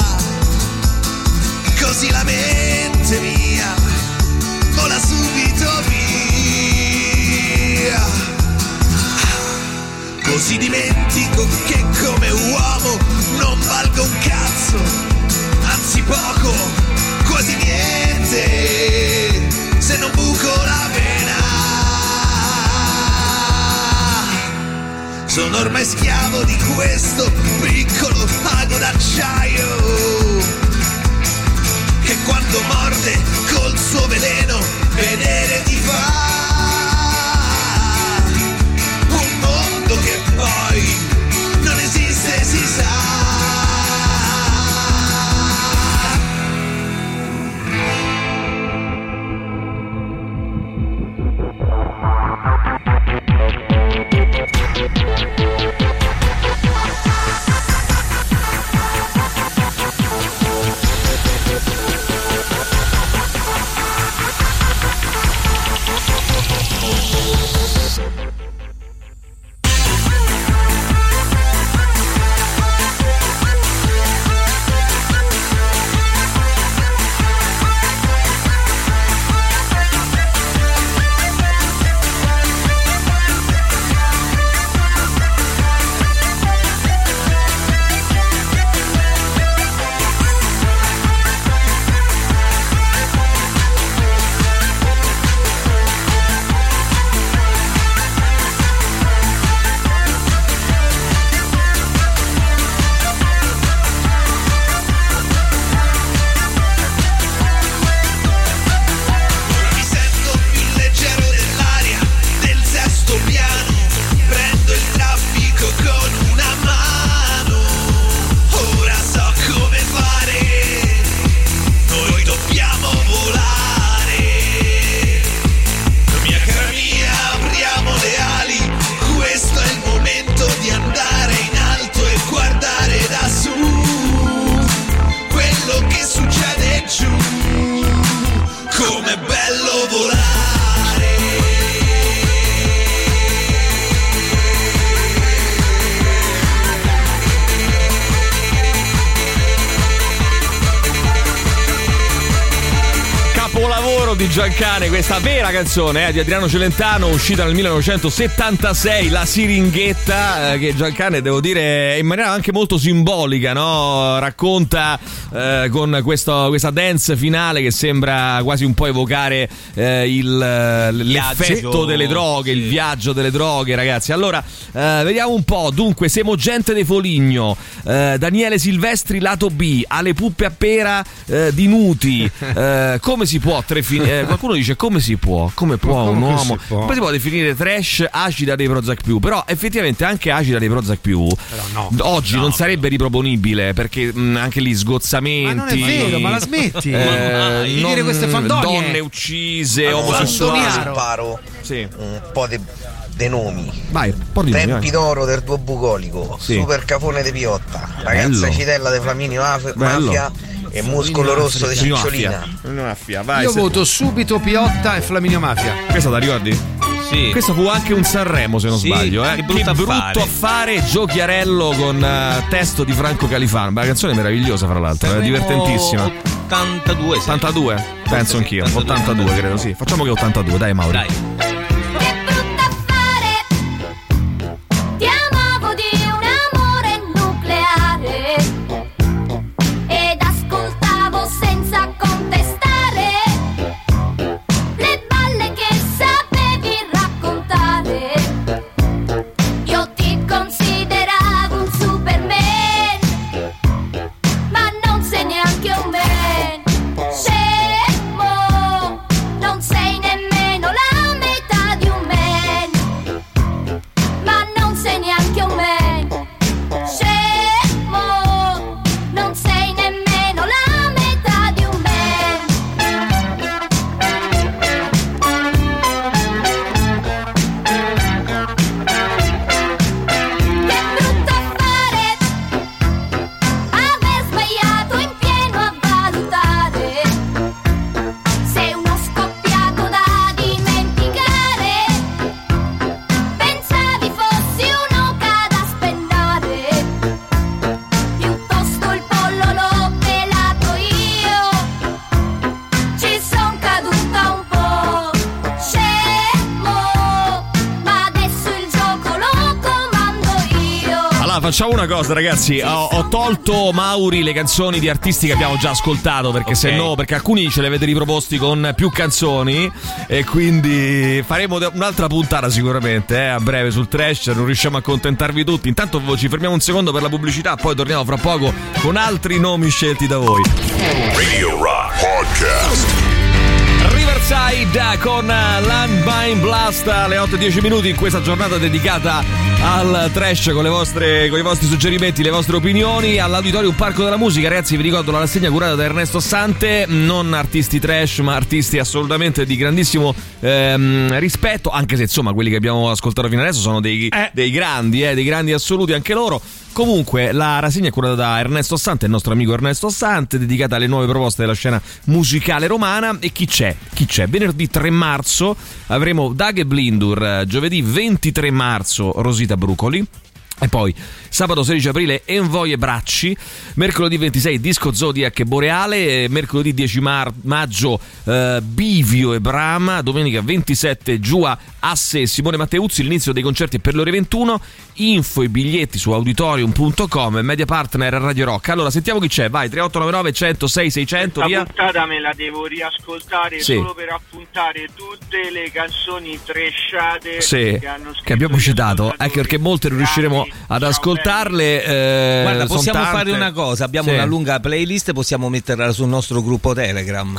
così la mente mia vola subito via, così dimentico che come uomo non valgo un cazzo, anzi poco, quasi niente, se non buco la vena. Sono ormai schiavo di questo piccolo ago d'acciaio che quando morde col suo veleno vedere ti fa un mondo che poi non esiste, si sa. Di Giancane, questa vera canzone di Adriano Celentano, uscita nel 1976, La Siringhetta, che Giancane, devo dire, in maniera anche molto simbolica, no? Racconta con questa dance finale che sembra quasi un po' evocare l'effetto delle droghe, il viaggio delle droghe, ragazzi. Allora, vediamo un po'. Dunque, Siamo gente de Foligno, Daniele Silvestri lato B, alle puppe a pera di Nuti. Come si può qualcuno dice come si può? Come può un uomo? Come si può definire trash acida dei Prozac più? Però effettivamente anche acida dei Prozac più oggi non sarebbe riproponibile, perché anche lì sgozzamenti. Ma non è vero, ma la smetti di dire queste fandonie? Donne uccise, omosessuali. Sparo un po' dei nomi. Vai, Tempi d'oro del tuo bucolico, Super Cafone de Piotta, Ragazza Citella de Flaminio Mafia e Muscolo Rosso di Cicciolina. Vai, io voto subito Piotta e Flaminio Mafia. Questa la ricordi? Sì. Questo fu anche un Sanremo, se non sbaglio. Che brutto a fare. Gio Chiarello con testo di Franco Califano. Una canzone meravigliosa, fra l'altro, divertentissima. 82 penso anch'io. 82 credo, sì. Facciamo che 82, dai Mauri. Che brutta affare, ti amavo di un amore nucleare ed ascoltavo senza contestare le balle che sapevi raccontare. Io ti consideravo un neanche un me. Scemo, non sei nemmeno la metà di un man, ma non sei neanche un man. Scemo, non sei nemmeno la metà di un aver sbagliato in pieno a valutare. Sei uno scoppiato da dimenticare. Pensavi fossi un'oca da spennare. Piuttosto il pollo l'ho pelato io. Ci son caduta un po'. Scemo, ma adesso il gioco lo comando io. Allora facciamo una cosa, ragazzi, ho tolto Mauri le canzoni di artisti che abbiamo già ascoltato, perché se no, perché alcuni ce le avete riproposti con più canzoni e quindi faremo un'altra puntata sicuramente a breve sul trash, non riusciamo a accontentarvi tutti. Intanto ci fermiamo un secondo per la pubblicità, poi torniamo fra poco con altri nomi scelti da voi. Radio Rock Podcast. Riverside con Landmine Blast alle 8:10 minuti in questa giornata dedicata al trash con i vostri suggerimenti, le vostre opinioni. All'Auditorium Parco della Musica, ragazzi, vi ricordo la rassegna curata da Ernesto Assante, non artisti trash ma artisti assolutamente di grandissimo rispetto, anche se insomma quelli che abbiamo ascoltato fino adesso sono dei grandi assoluti anche loro. Comunque la rassegna è curata da Ernesto Assante, il nostro amico Ernesto Assante, dedicata alle nuove proposte della scena musicale romana. E chi c'è? Venerdì 3 marzo avremo Dag e Blindur, giovedì 23 marzo Rosita Brucoli, e poi sabato 16 aprile Envoy e Bracci, mercoledì 26 Disco Zodiac e Boreale, mercoledì 10 maggio Bivio e Brahma, domenica 27 Giua, Asse e Simone Matteuzzi. L'inizio dei concerti è per le ore 21. Info e biglietti su auditorium.com, media partner Radio Rock. Allora sentiamo chi c'è, vai. 3899 106 600. La via. puntata me la devo riascoltare solo per appuntare tutte le canzoni trashate che abbiamo citato, anche perché molte non riusciremo ad ascoltarle. Guarda, possiamo fare una cosa, abbiamo una lunga playlist, possiamo metterla sul nostro gruppo Telegram.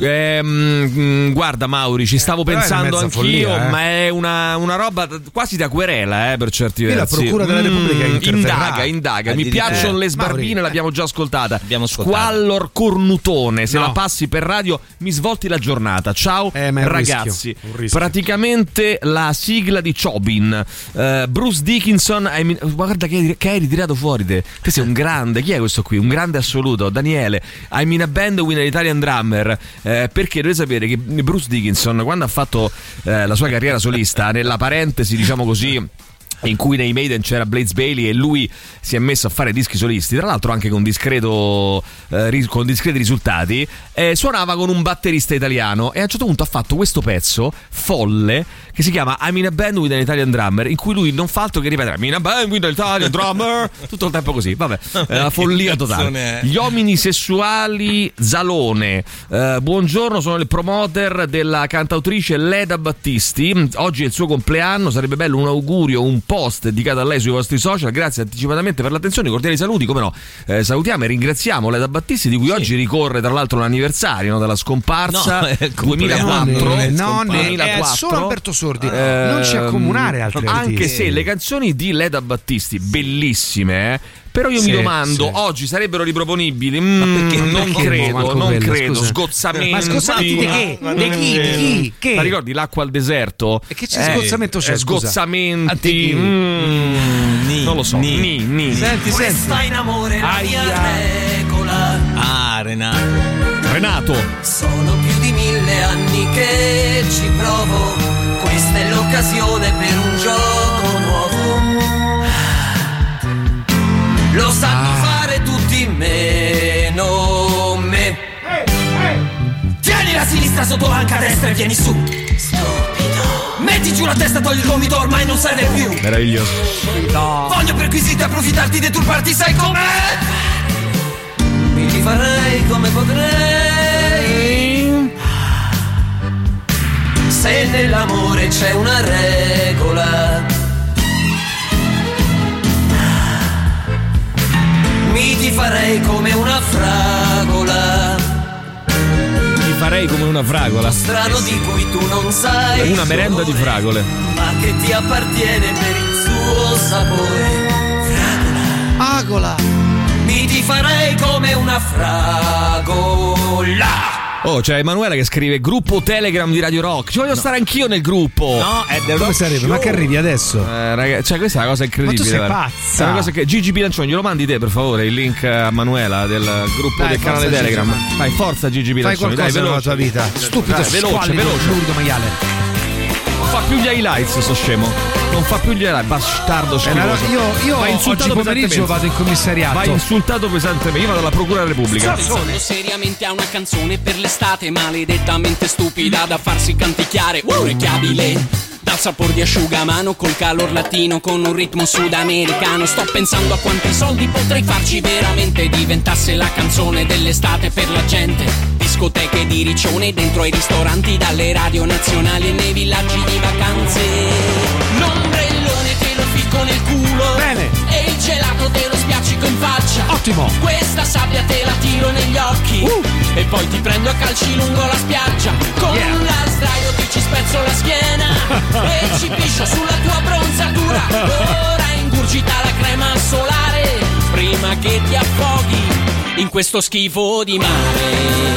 Guarda Mauri, ci stavo pensando anch'io, follia, ma è una roba quasi da querela, per certi versi. La Procura della Repubblica indaga. Mi piacciono le sbarbine, l'abbiamo già ascoltata. Squallor cornutone, se la passi per radio mi svolti la giornata. Ciao ragazzi. Rischio. Praticamente la sigla di Chobin, Bruce Dickinson. Guarda che hai ritirato fuori te sei un grande. Chi è questo qui? Un grande assoluto, Daniele. I'm in a band with an Italian drummer, perché dovete sapere che Bruce Dickinson, quando ha fatto la sua carriera solista, nella parentesi diciamo così in cui nei Maiden c'era Blaze Bayley e lui si è messo a fare dischi solisti, tra l'altro anche con discreti risultati, suonava con un batterista italiano e a un certo punto ha fatto questo pezzo folle che si chiama I'm in a band with an Italian drummer, in cui lui non fa altro che ripetere I'm in a band with an Italian drummer tutto il tempo così, vabbè, la follia totale. Gli uomini sessuali Zalone, buongiorno, sono il promoter della cantautrice Leda Battisti, oggi è il suo compleanno, sarebbe bello un augurio, un post dedicato a lei sui vostri social, grazie anticipatamente per l'attenzione, cordiali saluti, come no, salutiamo e ringraziamo Leda Battisti, di cui oggi ricorre tra l'altro l'anniversario della scomparsa, 2004. È solo Alberto Sordi, non ci accomunare altri anche se le canzoni di Leda Battisti bellissime, però io mi domando, oggi sarebbero riproponibili? Non credo. Sgozzamenti. Ma sgozzamenti di che? Di chi? Ma ricordi l'acqua al deserto? E che c'è sgozzamento? C'è sgozzamenti. Non lo so. Senti. Questa in amore la mia regola. Renato. Sono più di 1000 anni che ci provo. Questa è l'occasione per un gioco nuovo. Lo sanno fare tutti meno me. Tieni la sinistra sotto l'anca destra e vieni su. Stupido. Metti giù la testa, togli il gomito, ormai non serve più. Meraviglioso. No. Voglio perquisirti, approfittarti, deturparti, sai com'è? Mi rifarei come potrei. Se nell'amore c'è una regola, mi ti farei come una fragola. farei come una fragola. Strano di cui tu non sai. Una merenda di fragole. Ma che ti appartiene per il suo sapore. Fragola. Mi ti farei come una fragola. Oh, c'è Emanuela che scrive gruppo Telegram di Radio Rock. Ci voglio stare anch'io nel gruppo. No, è del Come sarebbe? Ma che arrivi adesso? Ragazzi, cioè questa è una cosa incredibile. Ma tu sei guarda. pazza. È una cosa che Gigi Bilancioni, glielo mandi te per favore il link a Manuela del gruppo Dai, del canale forza, Telegram. Gigi, Vai, forza Gigi Fai Bilancioni, qualcosa dai, nella veloce. tua vita. Stupido, Dai, veloce. lurido maiale. Non fa più gli highlights, sto scemo. Non fa più gli highlights, bastardo schifoso. Io Vai oggi insultato pomeriggio vado in commissariato. Vai insultato pesantemente. Io vado alla Procura della Repubblica. Pensando seriamente a una canzone per l'estate maledettamente stupida da farsi canticchiare, orecchiabile. Dal sapore di asciugamano col calor latino con un ritmo sudamericano. Sto pensando a quanti soldi potrei farci veramente diventasse la canzone dell'estate per la gente. Discoteche di riccione dentro ai ristoranti, dalle radio nazionali e nei villaggi di vacanze. L'ombrellone te lo ficco nel culo. Bene. E il gelato te lo spiaccico in faccia. Ottimo. Questa sabbia te la tiro negli occhi. E poi ti prendo a calci lungo la spiaggia. Con la sdraio ti ci spezzo la schiena. E ci piscio sulla tua bronzatura. Ora ingurgita la crema solare prima che ti affoghi in questo schifo di mare.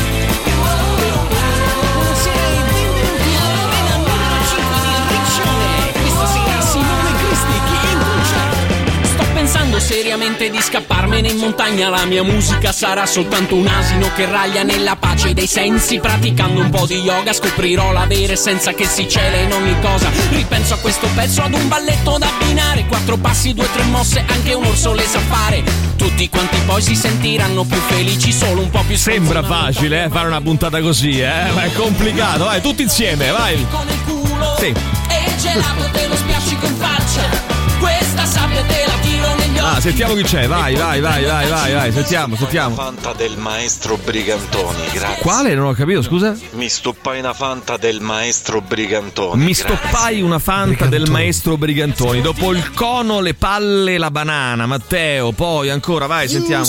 Pensando seriamente di scapparmene in montagna, la mia musica sarà soltanto un asino che raglia nella pace dei sensi. Praticando un po' di yoga scoprirò la vera essenza che si cela in ogni cosa. Ripenso a questo pezzo ad un balletto da abbinare, 4 passi, 2 o 3 mosse, anche un orso le sa fare. Tutti quanti poi si sentiranno più felici, solo un po' più. Sembra facile, fare una puntata così, ma è complicato. Vai, tutti insieme, vai. Con il culo. Sì. E il gelato te lo spiaccico in faccia. Questa sabbia te la tiro negli occhi. Sentiamo chi c'è, vai, sentiamo. Fanta del maestro Brigantoni, grazie. Quale? Non ho capito, scusa? Mi stoppai una Fanta del maestro Brigantoni. Mi stoppai una Fanta del maestro Brigantoni. Dopo il cono, le palle, la banana. Matteo, poi ancora, vai, sentiamo.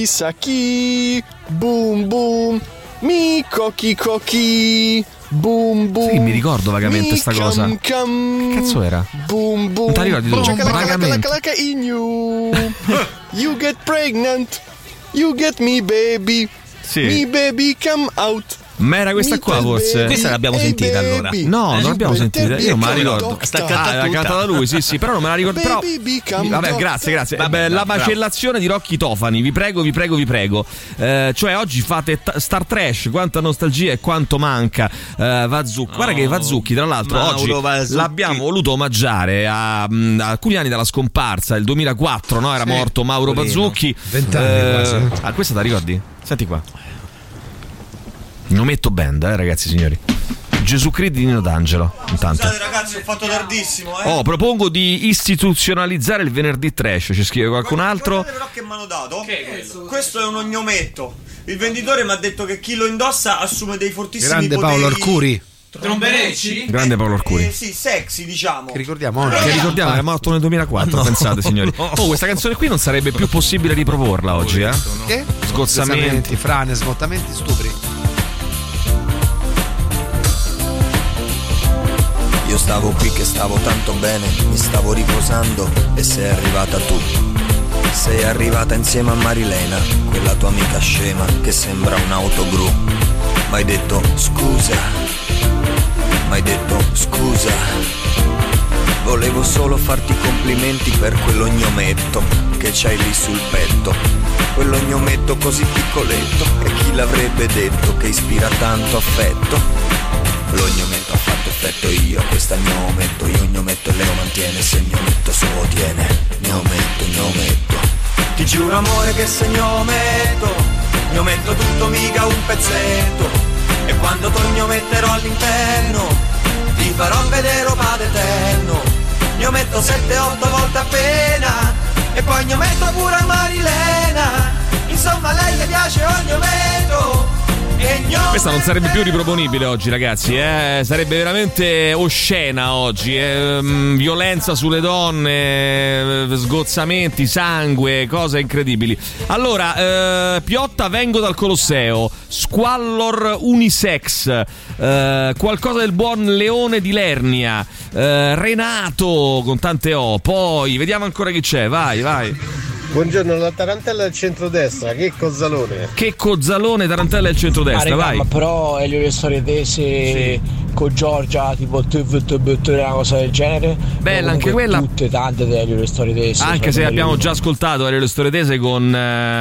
Saki, boom boom, mi cochi. Boom boom. Sì, mi ricordo vagamente sta cosa. Che cazzo era? Boom boom. Non ti ricordi tu? Vagamente. In you. You get pregnant. You get me baby. Sì. Me baby come out. Ma era questa qua forse? Questa l'abbiamo sentita allora. No, non l'abbiamo sentita. Io me la ricordo. L'ha cantata lui, sì, però non me la ricordo. Però vabbè, grazie. Vabbè, la macellazione di Rocchi Tofani, vi prego. Cioè oggi fate Star Trash, quanta nostalgia e quanto manca Vazzucchi. Guarda che Vazzucchi, tra l'altro, Mauro oggi Vazzucchi. l'abbiamo voluto omaggiare a alcuni anni dalla scomparsa, il 2004, no? Era morto Mauro Vazzucchi. 20 anni quasi. Questa la ricordi? Senti qua. Nometto band, ragazzi, signori. Gesù Cristo di Nino D'Angelo. Intanto. Scusate ragazzi, ho fatto tardissimo, propongo di istituzionalizzare il venerdì trash. Ci scrive qualcun altro. Guardate però che mi hanno dato. Questo è un ognometto. Il venditore mi ha detto che chi lo indossa assume dei fortissimi Grande poteri. Paolo Arcuri. Tromberecci? Grande Paolo Arcuri. Sì, sexy, diciamo. Che ricordiamo oggi. Che ricordiamo, è morto nel 2004, pensate, signori. Questa canzone qui non sarebbe più possibile riproporla oggi, Che? Sgozzamenti, frane, smottamenti, stupri. Io stavo qui che stavo tanto bene, mi stavo riposando e sei arrivata tu. Sei arrivata insieme a Marilena, quella tua amica scema che sembra un autogru. M'hai detto scusa, volevo solo farti complimenti per quell'ognometto che c'hai lì sul petto. Quell'ognometto così piccoletto, e chi l'avrebbe detto che ispira tanto affetto. L'ognometto ha fatto effetto, io questa gnometto, io gnometto e lei lo mantiene, se gnometto solo tiene, gnometto. Ti giuro amore che se gnometto tutto mica un pezzetto, e quando ti gnometterò all'interno, ti farò vedere padre eterno. Gnometto 7-8 volte appena, e poi gnometto pure a Marilena, insomma a lei le piace ognometto, e Questa non sarebbe più riproponibile oggi, ragazzi, sarebbe veramente oscena oggi, violenza sulle donne, sgozzamenti, sangue, cose incredibili. Allora, Piotta, vengo dal Colosseo, Squallor unisex, qualcosa del buon Leone di Lernia, Renato con tante O, poi vediamo ancora chi c'è, vai. Buongiorno, la tarantella del centrodestra, che Cozzalone. Che Cozzalone, tarantella del centrodestra, vai. Ma però Elio le storie tese con Giorgia, tipo una cosa del genere. Bella anche quella. Tutte tante di Elio le storie tese. Anche se abbiamo già ascoltato Elio le storie tese con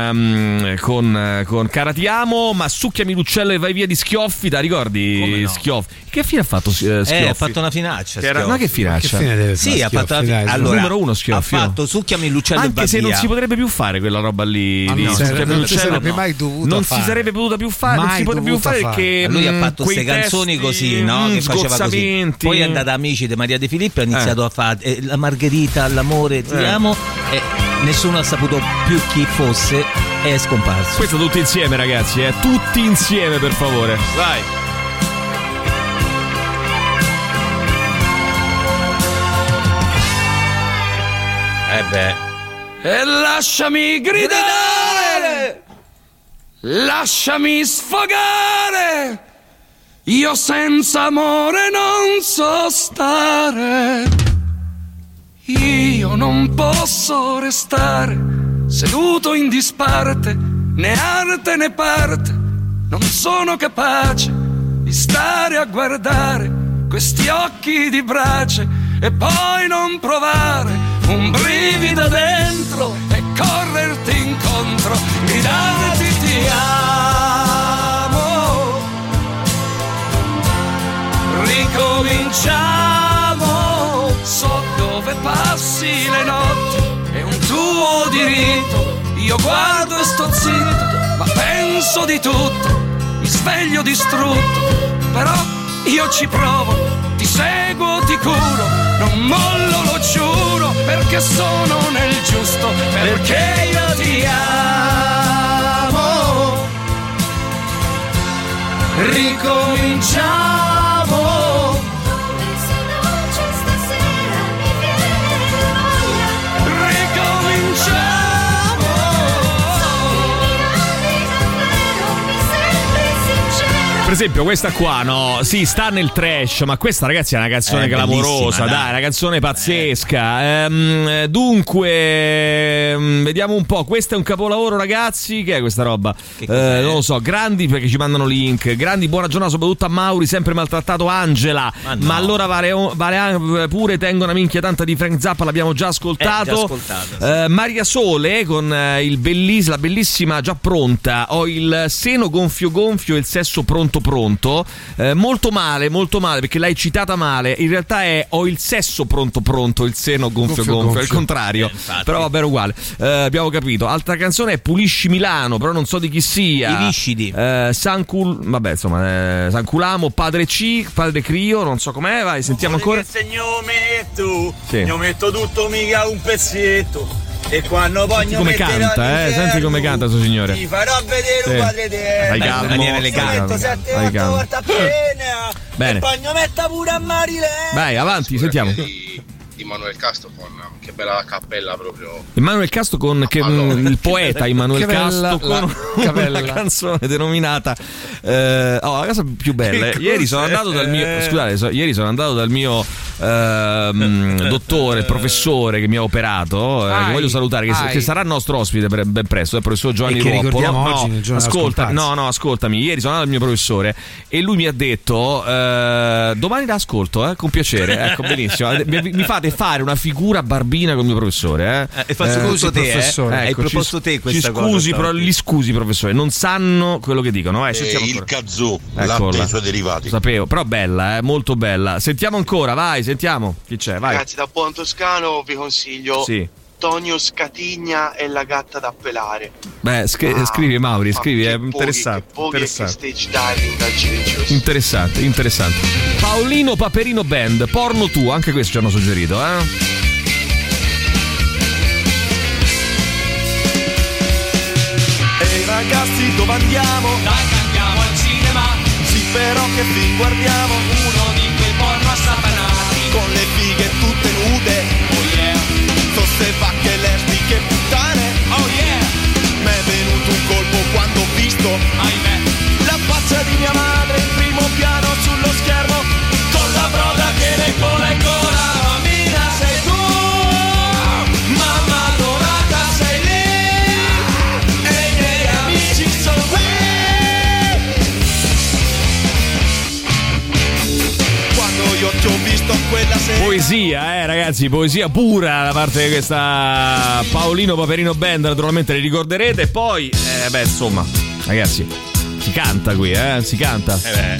Cara ti amo, ma Succhiami l'uccello e vai via di Schioffi, ti ricordi? No? Schioffi. Che fine ha fatto Schioffi? Ha fatto una finaccia. Ma che finaccia? Che fine deve sì, ha fatto allora, numero uno Schioffi. Ha fatto Succhiami l'uccello anche e se non via. si potrebbe più fare quella roba lì. Non si sarebbe mai dovuto non fare. Si sarebbe potuta più fare. Non si potrebbe più fare perché lui ha fatto queste canzoni così, no? Che faceva così. Poi è andato Amici di Maria De Filippi, ha iniziato a fare la Margherita, l'amore, ti amo, e nessuno ha saputo più chi fosse, è scomparso. Questo tutti insieme, ragazzi, tutti insieme, per favore. Vai. E lasciami gridare, lasciami sfogare, io senza amore non so stare. Io non posso restare seduto in disparte, né arte né parte. Non sono capace di stare a guardare questi occhi di brace e poi non provare un brivido dentro e correrti incontro, gridarti ti amo. Ricominciamo, so dove passi le notti, è un tuo diritto. Io guardo e sto zitto, ma penso di tutto, mi sveglio distrutto, però io ci provo, ti seguo, ti curo, non mollo, lo giuro, perché sono nel giusto, perché io ti amo. Ricominciamo. Per esempio questa qua, no? Sì, sta nel trash, ma questa, ragazzi, è una canzone clamorosa, dai, una canzone pazzesca. Dunque, vediamo un po'. Questo è un capolavoro, ragazzi. Che è questa roba? Non lo so. Grandi, perché ci mandano link. Grandi, buona giornata soprattutto a Mauri, sempre maltrattato Angela. Ma allora vale pure Tengo una minchia tanta di Frank Zappa, l'abbiamo già ascoltato. Sì. Maria Sole con la bellissima Già pronta. Ho il seno gonfio e il sesso pronto. Molto male, perché l'hai citata male. In realtà è ho il sesso pronto, il seno gonfio, è il contrario. Però va bene uguale. Abbiamo capito. Altra canzone è Pulisci Milano, però non so di chi sia. I Viscidi. San Culamo, Padre Crio, non so com'è, vai, sentiamo ancora. Se ne metto tutto, mica un pezzetto. E quando voglio come canta, senti come canta suo signore. Ti farò vedere un padre te. Dai calmo, metto 7-8 volte appena. Bene. E poi ne metta pure a Marilene. Vai, avanti, sentiamo. Di Manuel Castocon, che bella cappella proprio. Emanuel Castocon, che il poeta Emanuel Castocon, una canzone denominata la cosa più bella. Ieri sono andato dal mio dottore, il professore che mi ha operato, che voglio salutare, che sarà il nostro ospite ben presto, il professor Giovanni Ruoppolo. Ascoltami, ieri sono andato dal mio professore e lui mi ha detto domani l'ascolto, con piacere. Ecco, benissimo. Mi fate fare una figura barbina con il mio professore, e scusi te, professore. Hai proposto te questa cosa. Gli scusi, professore, non sanno quello che dicono. Il kazoo, latte e i suoi derivati. Sapevo, però bella, molto bella. Sentiamo ancora, vai, sentiamo chi c'è, vai. Ragazzi, da buon toscano vi consiglio Tonio Scatigna e la gatta da pelare. Beh, scrivi Mauri, scrivi, è interessante. Stage diving dal Cilincioso. Interessante. Paolino Paperino Band, Porno tu, anche questo ci hanno suggerito, Ehi ragazzi, dove andiamo? Dai, andiamo al cinema. La faccia di mia madre in primo piano sullo schermo, con la broda che leggo la bambina sei tu, mamma dorata sei lì, e i miei amici sono qui. Quando io ti ho visto quella sera. Poesia, ragazzi, poesia pura da parte di questa Paolino Paperino Band, naturalmente li ricorderete. E poi, insomma, ragazzi, si canta qui, si canta.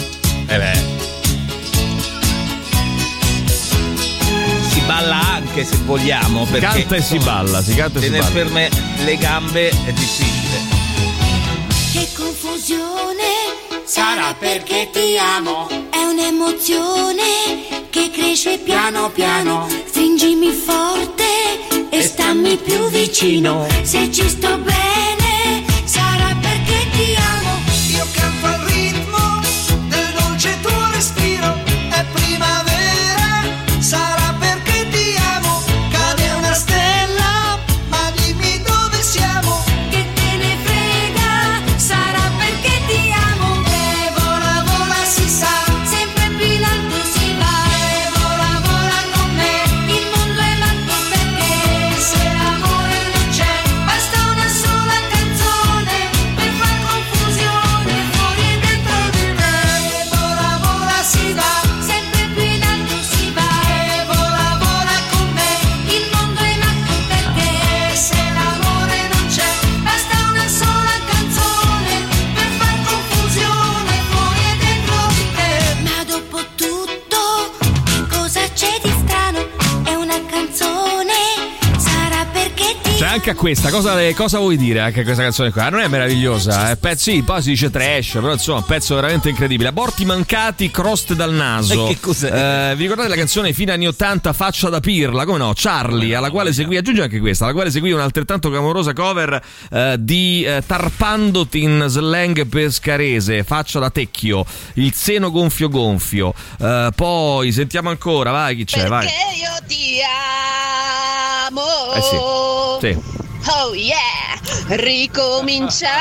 Si balla anche se vogliamo, perché canta e si balla, si canta e si balla. Tenere ferme le gambe è difficile. Che confusione, sarà perché ti amo. È un'emozione che cresce piano piano. Stringimi forte e stammi più vicino. Se ci sto bene, sarà perché ti amo. Io canto al ritmo del dolce tuo respiro. È primavera, sarà perché ti amo. Cade una stella, ma dimmi dove siamo. Che te ne frega, sarà perché ti amo. E vola, vola, si sa, sempre più in alto si va. E vola, vola con me, il mondo è matto perché se l'amore non c'è, basta una sola canzone per far confusione fuori e dentro di me. E vola, vola, si va, sempre più in alto si va. E vola, vola con me, il mondo è matto perché se l'amore non c'è, basta una sola canzone per far confusione fuori e dentro di te. Ma dopo tutto, che cosa c'è di strano? È una canzone, sarà perché ti Cioè anche a questa, cosa vuoi dire anche a questa canzone qua? Non è meravigliosa? Sì, poi si dice trash, però insomma un pezzo veramente incredibile. Aborti mancati, croste dal naso. Che cos'è? Vi ricordate la canzone fine anni 80 Faccia da pirla? Come no? Charlie, alla quale seguì, aggiunge anche questa, alla quale seguì un'altrettanto clamorosa cover di Tarpandoti in slang pescarese, Faccia da tecchio, Il seno gonfio gonfio. Poi sentiamo ancora, vai, chi c'è? Vai. Perché io ti amo. Sì. Oh yeah, ricominciamo.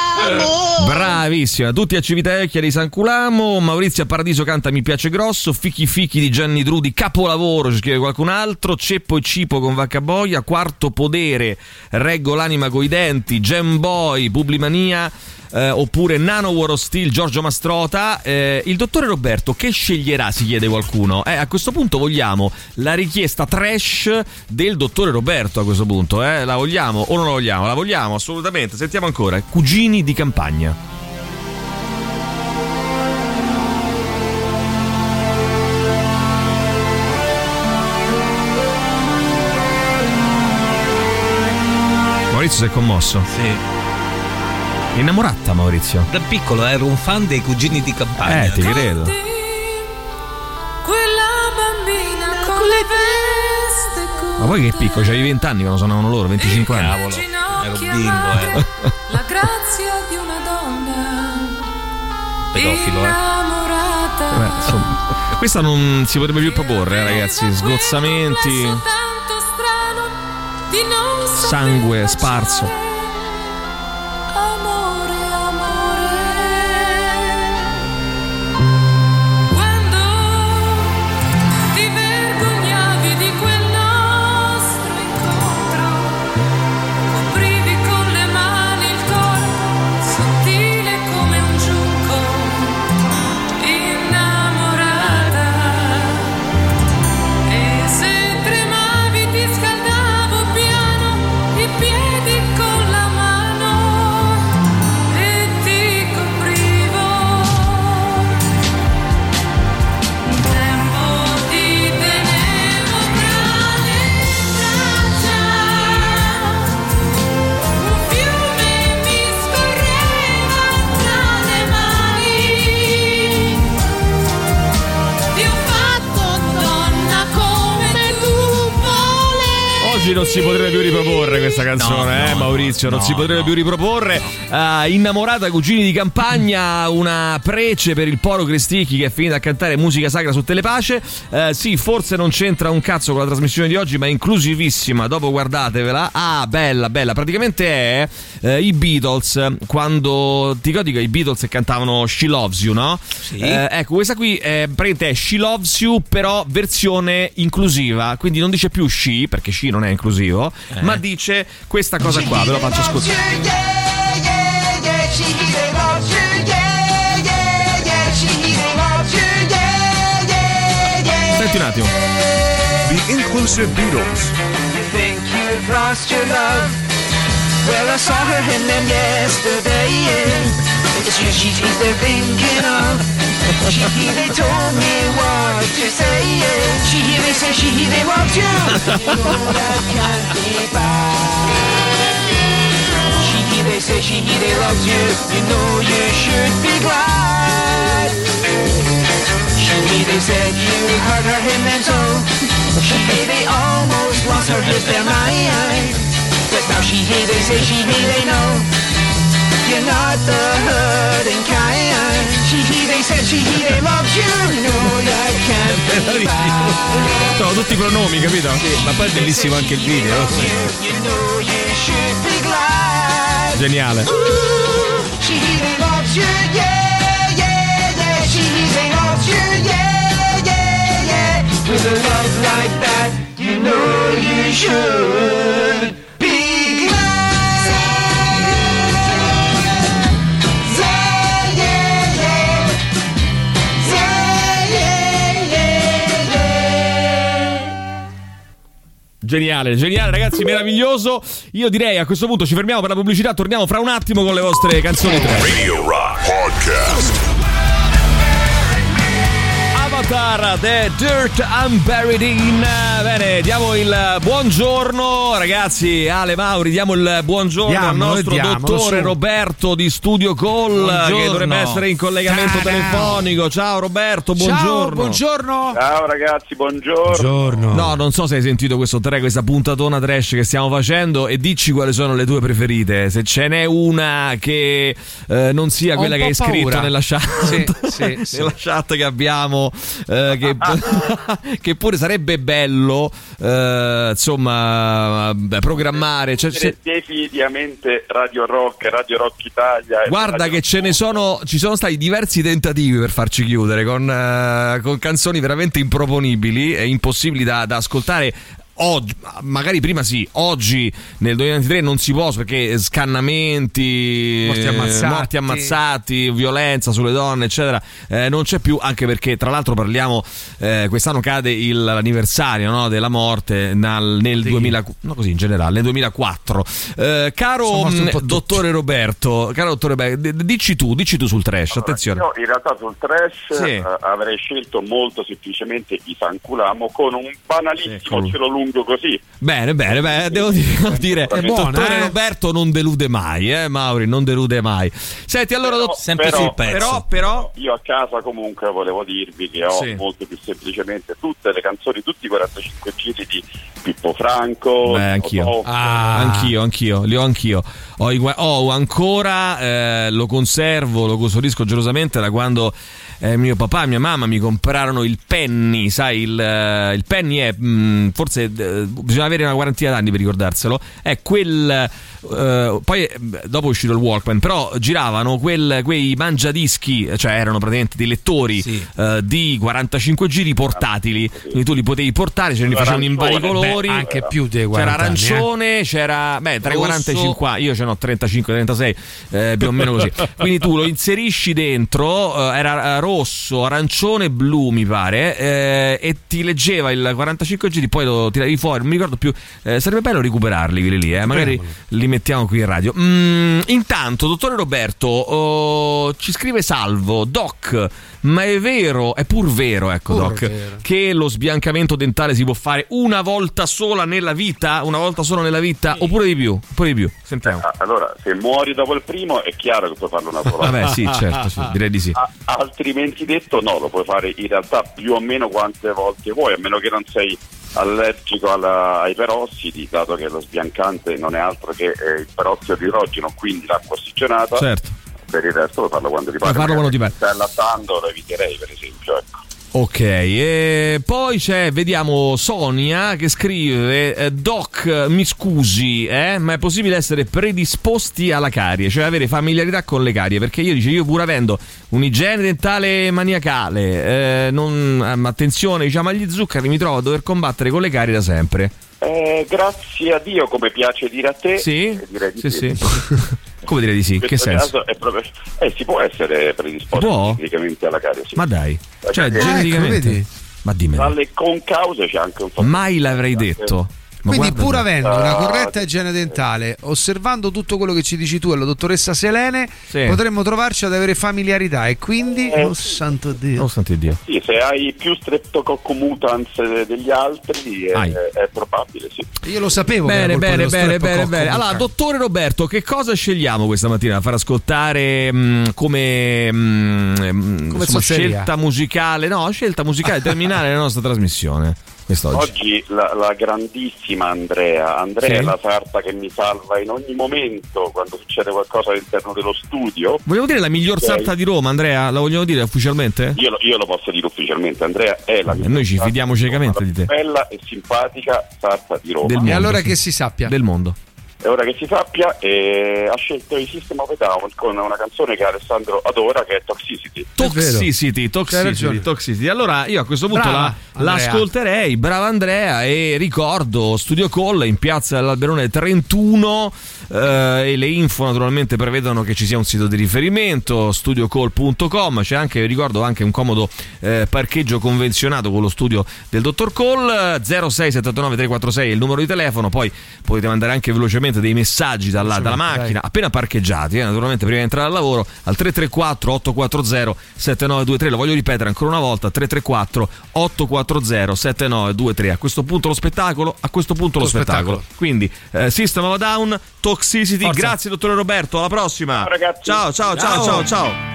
Bravissima, tutti a Civitavecchia di San Culamo. Maurizio a Paradiso canta Mi piace grosso. Fichi fichi di Gianni Drudi, capolavoro, ci scrive qualcun altro. Ceppo e cipo con Vacca Boia. Quarto podere, reggo l'anima coi denti, Gem Boy, Publimania. Oppure Nano War of Steel, Giorgio Mastrota. Il dottore Roberto che sceglierà, si chiede qualcuno. A questo punto vogliamo la richiesta trash del dottore Roberto. A questo punto la vogliamo o non la vogliamo? La vogliamo assolutamente. Sentiamo ancora Cugini di campagna. Maurizio si è commosso. Sì. Innamorata Maurizio. Da piccolo ero un fan dei Cugini di campagna. Ti credo. Quella bambina con le veste. Ma poi che piccolo, c'avevi 20 anni quando suonavano loro, 25 anni. Cavolo, ero bimbo, La grazia di una donna pedofilo, innamorata. Insomma, questa non si potrebbe più proporre, ragazzi. Sgozzamenti, sangue sparso. Piedi con oggi non si potrebbe più riproporre questa canzone, Maurizio, non si potrebbe più riproporre. Innamorata cugini di campagna, una prece per il Poro Cristicchi che è finita a cantare musica sacra su Telepace. Sì, forse non c'entra un cazzo con la trasmissione di oggi, ma è inclusivissima, dopo guardatevela. Bella, praticamente è i Beatles, quando ti ricordi che i Beatles cantavano She Loves You, no? Sì. Ecco, questa qui praticamente è She Loves You, però versione inclusiva, quindi non dice più she, perché she non è inclusivo, ma dice questa cosa qua, ve lo faccio ascoltare. Senti un attimo. The Inclusive Beatles. You think you've lost your love? Well, I saw her in them yesterday. It's you she's they're thinking of. They told me what to say. They say they want you. You know that can't be bad. They say they love you. You know you should be glad. They said you hurt her him and so. They almost lost her hit their mind. But now they say they know. You're not the hurting kind. They said they loved you. No, that can't be bad. Sono tutti pronomi, capito? Sì, ma poi è bellissimo anche il video. You know you should be glad. Geniale. They loves you, yeah, yeah, yeah. They loves you, yeah, yeah, yeah. With a love like that, you know you should be glad. Geniale ragazzi, meraviglioso. Io direi a questo punto ci fermiamo per la pubblicità, torniamo fra un attimo con le vostre canzoni 3. Radio Rock Podcast. Avatar, The Dirt I'm Buried In. Bene, diamo il buongiorno ragazzi, Ale, Mauri, diamo il buongiorno al nostro dottore Roberto di Studio Call, che dovrebbe essere in collegamento telefonico. Ciao Roberto, buongiorno. Ciao ragazzi, buongiorno. No, non so se hai sentito questa puntatona trash che stiamo facendo, e dici quali sono le tue preferite, se ce n'è una che non sia quella che hai scritto nella chat. Sì. Nella chat che abbiamo, che pure sarebbe bello insomma programmare, definitivamente Radio Rock Italia. Guarda che ci sono stati diversi tentativi per farci chiudere con canzoni veramente improponibili e impossibili da ascoltare. Oggi, magari prima sì, oggi nel 2023 non si può, perché scannamenti, morti ammazzati, violenza sulle donne eccetera, non c'è più, anche perché tra l'altro parliamo, quest'anno cade l'anniversario, no, della morte nel 2000, no, così in generale, nel 2004. Caro dottore Roberto, dici tu sul trash. Allora, attenzione. Io in realtà sul trash avrei scelto molto semplicemente i Fanculamo con un banalissimo cielo lungo così. Bene, devo dire è buono, dottore Roberto non delude mai, Mauri, non delude mai. Senti, allora sempre sul pezzo. Però io a casa comunque volevo dirvi che ho molto più semplicemente tutte le canzoni, tutti i 45 giri di Pippo Franco. Anch'io. Anch'io, li ho anch'io. Ho ancora, lo conservo, lo custodisco gelosamente da quando mio papà e mia mamma mi comprarono il Penny, sai, il Penny è forse bisogna avere una quarantina d'anni per ricordarselo, è quel poi dopo è uscito il Walkman, però giravano quei mangiadischi, cioè erano praticamente dei lettori di 45 giri portatili, quindi tu li potevi portare, ce ne facevano in vari colori, anche più dei 40 c'era arancione, c'era tra i 40 e i 50, io ce n'ho 35-36 più o meno così, quindi tu lo inserisci dentro, era rosso, arancione, blu mi pare, e ti leggeva il 45 giri, poi lo tiravi fuori, non mi ricordo più, sarebbe bello recuperarli quelli lì, magari li mettiamo qui in radio. Intanto, dottore Roberto, ci scrive Salvo, Doc, ma è vero, è pur vero, ecco, Doc, vero, che lo sbiancamento dentale si può fare una volta sola nella vita, oppure di più? Sentiamo. Allora, se muori dopo il primo è chiaro che puoi farlo una sola. Vabbè, sì, certo, sì, direi di sì. Altrimenti detto, no, lo puoi fare in realtà più o meno quante volte vuoi, a meno che non sei allergico ai perossidi, dato che lo sbiancante non è altro che il perossido di idrogeno, quindi l'acqua ossigenata. Certo. Per il resto lo parlo quando ti pare. Se stai allattando lo eviterei, per esempio, ecco. Ok, e poi vediamo Sonia che scrive: Doc, mi scusi, ma è possibile essere predisposti alla carie, cioè avere familiarità con le carie? Perché io pur avendo un'igiene dentale maniacale, attenzione diciamo agli zuccheri, mi trovo a dover combattere con le carie da sempre. Grazie a Dio, come piace dire a te. Sì, direi di sì. Come dire di sì? In che senso? È proprio, si può essere predisposti geneticamente alla carie, sì. Ma dai, cioè geneticamente? Ma dimmelo. Tra le concause c'è anche un po'. Mai l'avrei detto. Quindi pur avendo una corretta igiene dentale, osservando tutto quello che ci dici tu e la dottoressa Selene, potremmo trovarci ad avere familiarità e quindi oh santo Dio. Sì, se hai più Streptococcus mutans degli altri è probabile, sì. Io lo sapevo. Bene. Allora, dottore Roberto, che cosa scegliamo questa mattina? Far ascoltare come scelta musicale? No, scelta musicale terminale della nostra trasmissione. Oggi la grandissima Andrea è la sarta che mi salva in ogni momento quando succede qualcosa all'interno dello studio. Vogliamo dire la miglior sarta di Roma, Andrea? La vogliamo dire ufficialmente? Io lo posso dire ufficialmente, Andrea è la miglior. Noi ci fidiamo ciecamente di te. Bella e simpatica sarta di Roma. E allora che si sappia. Del mondo. È ora che si sappia, ha scelto i System of a Down con una canzone che Alessandro adora, che è Toxicity. Allora io a questo punto l'ascolterei. Brava Andrea. E ricordo Studio Call in piazza dell'Alberone 31, e le info naturalmente prevedono che ci sia un sito di riferimento, studiocall.com. C'è anche, ricordo, anche un comodo parcheggio convenzionato con lo studio del dottor Call. 0679 346 è il numero di telefono. Poi potete mandare anche velocemente dei messaggi dalla macchina appena parcheggiati, naturalmente prima di entrare al lavoro, al 334 840 7923. Lo voglio ripetere ancora una volta: 334 840 7923. A questo punto lo spettacolo. Quindi System of a Down, Toxicity. Forza. Grazie dottore Roberto, alla prossima. Ciao ragazzi. Ciao.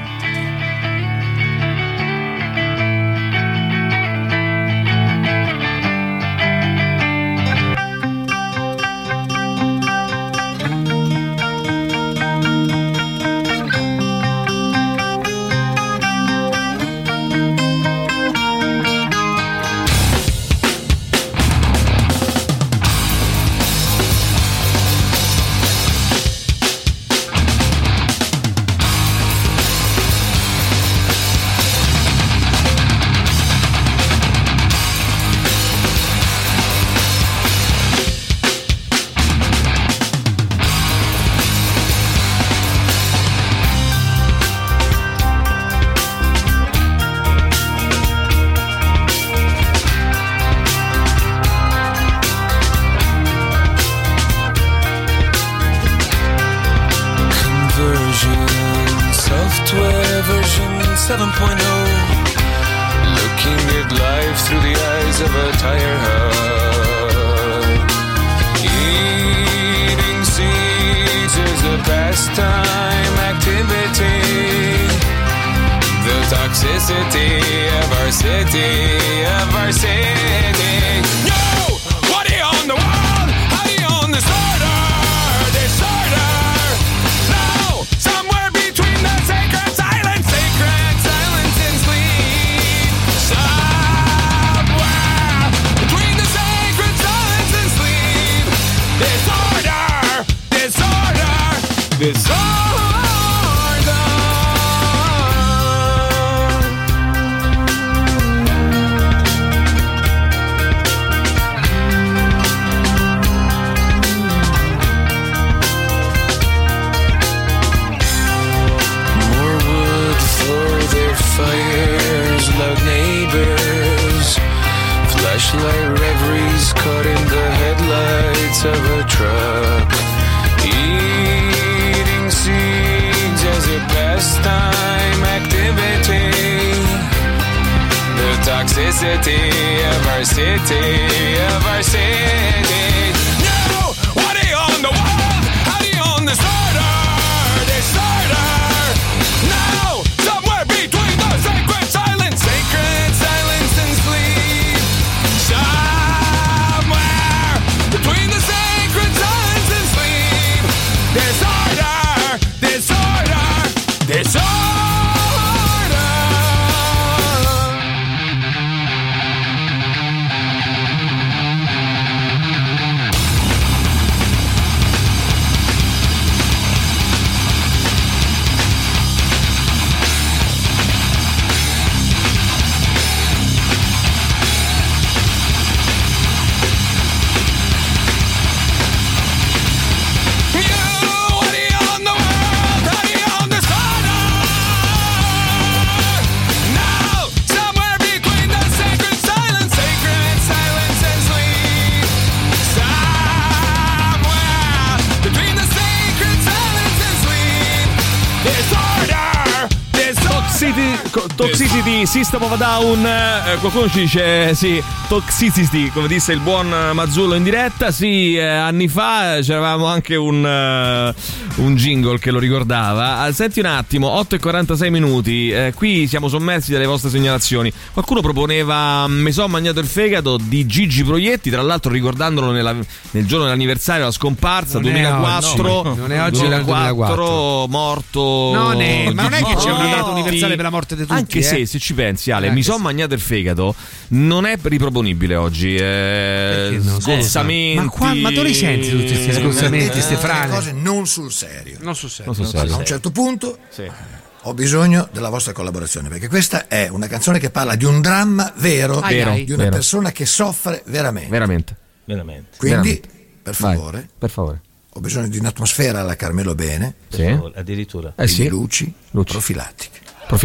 Toxicity, System of a Down, qualcuno ci dice sì, Toxicity, come disse il buon Mazzullo in diretta. Sì, anni fa c'eravamo anche un jingle che lo ricordava. Senti un attimo, 8:46 minuti, qui siamo sommersi dalle vostre segnalazioni. Qualcuno proponeva Mi son magnato il fegato di Gigi Proietti, tra l'altro ricordandolo nel giorno dell'anniversario della scomparsa, non 2004. Non è oggi, 2004 morto. Ma non è che c'è una data universale per la morte di tutti. Anche se ci pensi, Ale, Mi son magnato il fegato non è riproponibile oggi. Scozzamenti. Ma tu li senti tutti questi scozzamenti, queste frasi? Cose non sul serio. Non sul serio. A un certo punto ho bisogno della vostra collaborazione, perché questa è una canzone che parla di un dramma vero, di una persona che soffre veramente. Quindi, per favore, ho bisogno di un'atmosfera alla Carmelo Bene, addirittura, e di luci profilattiche.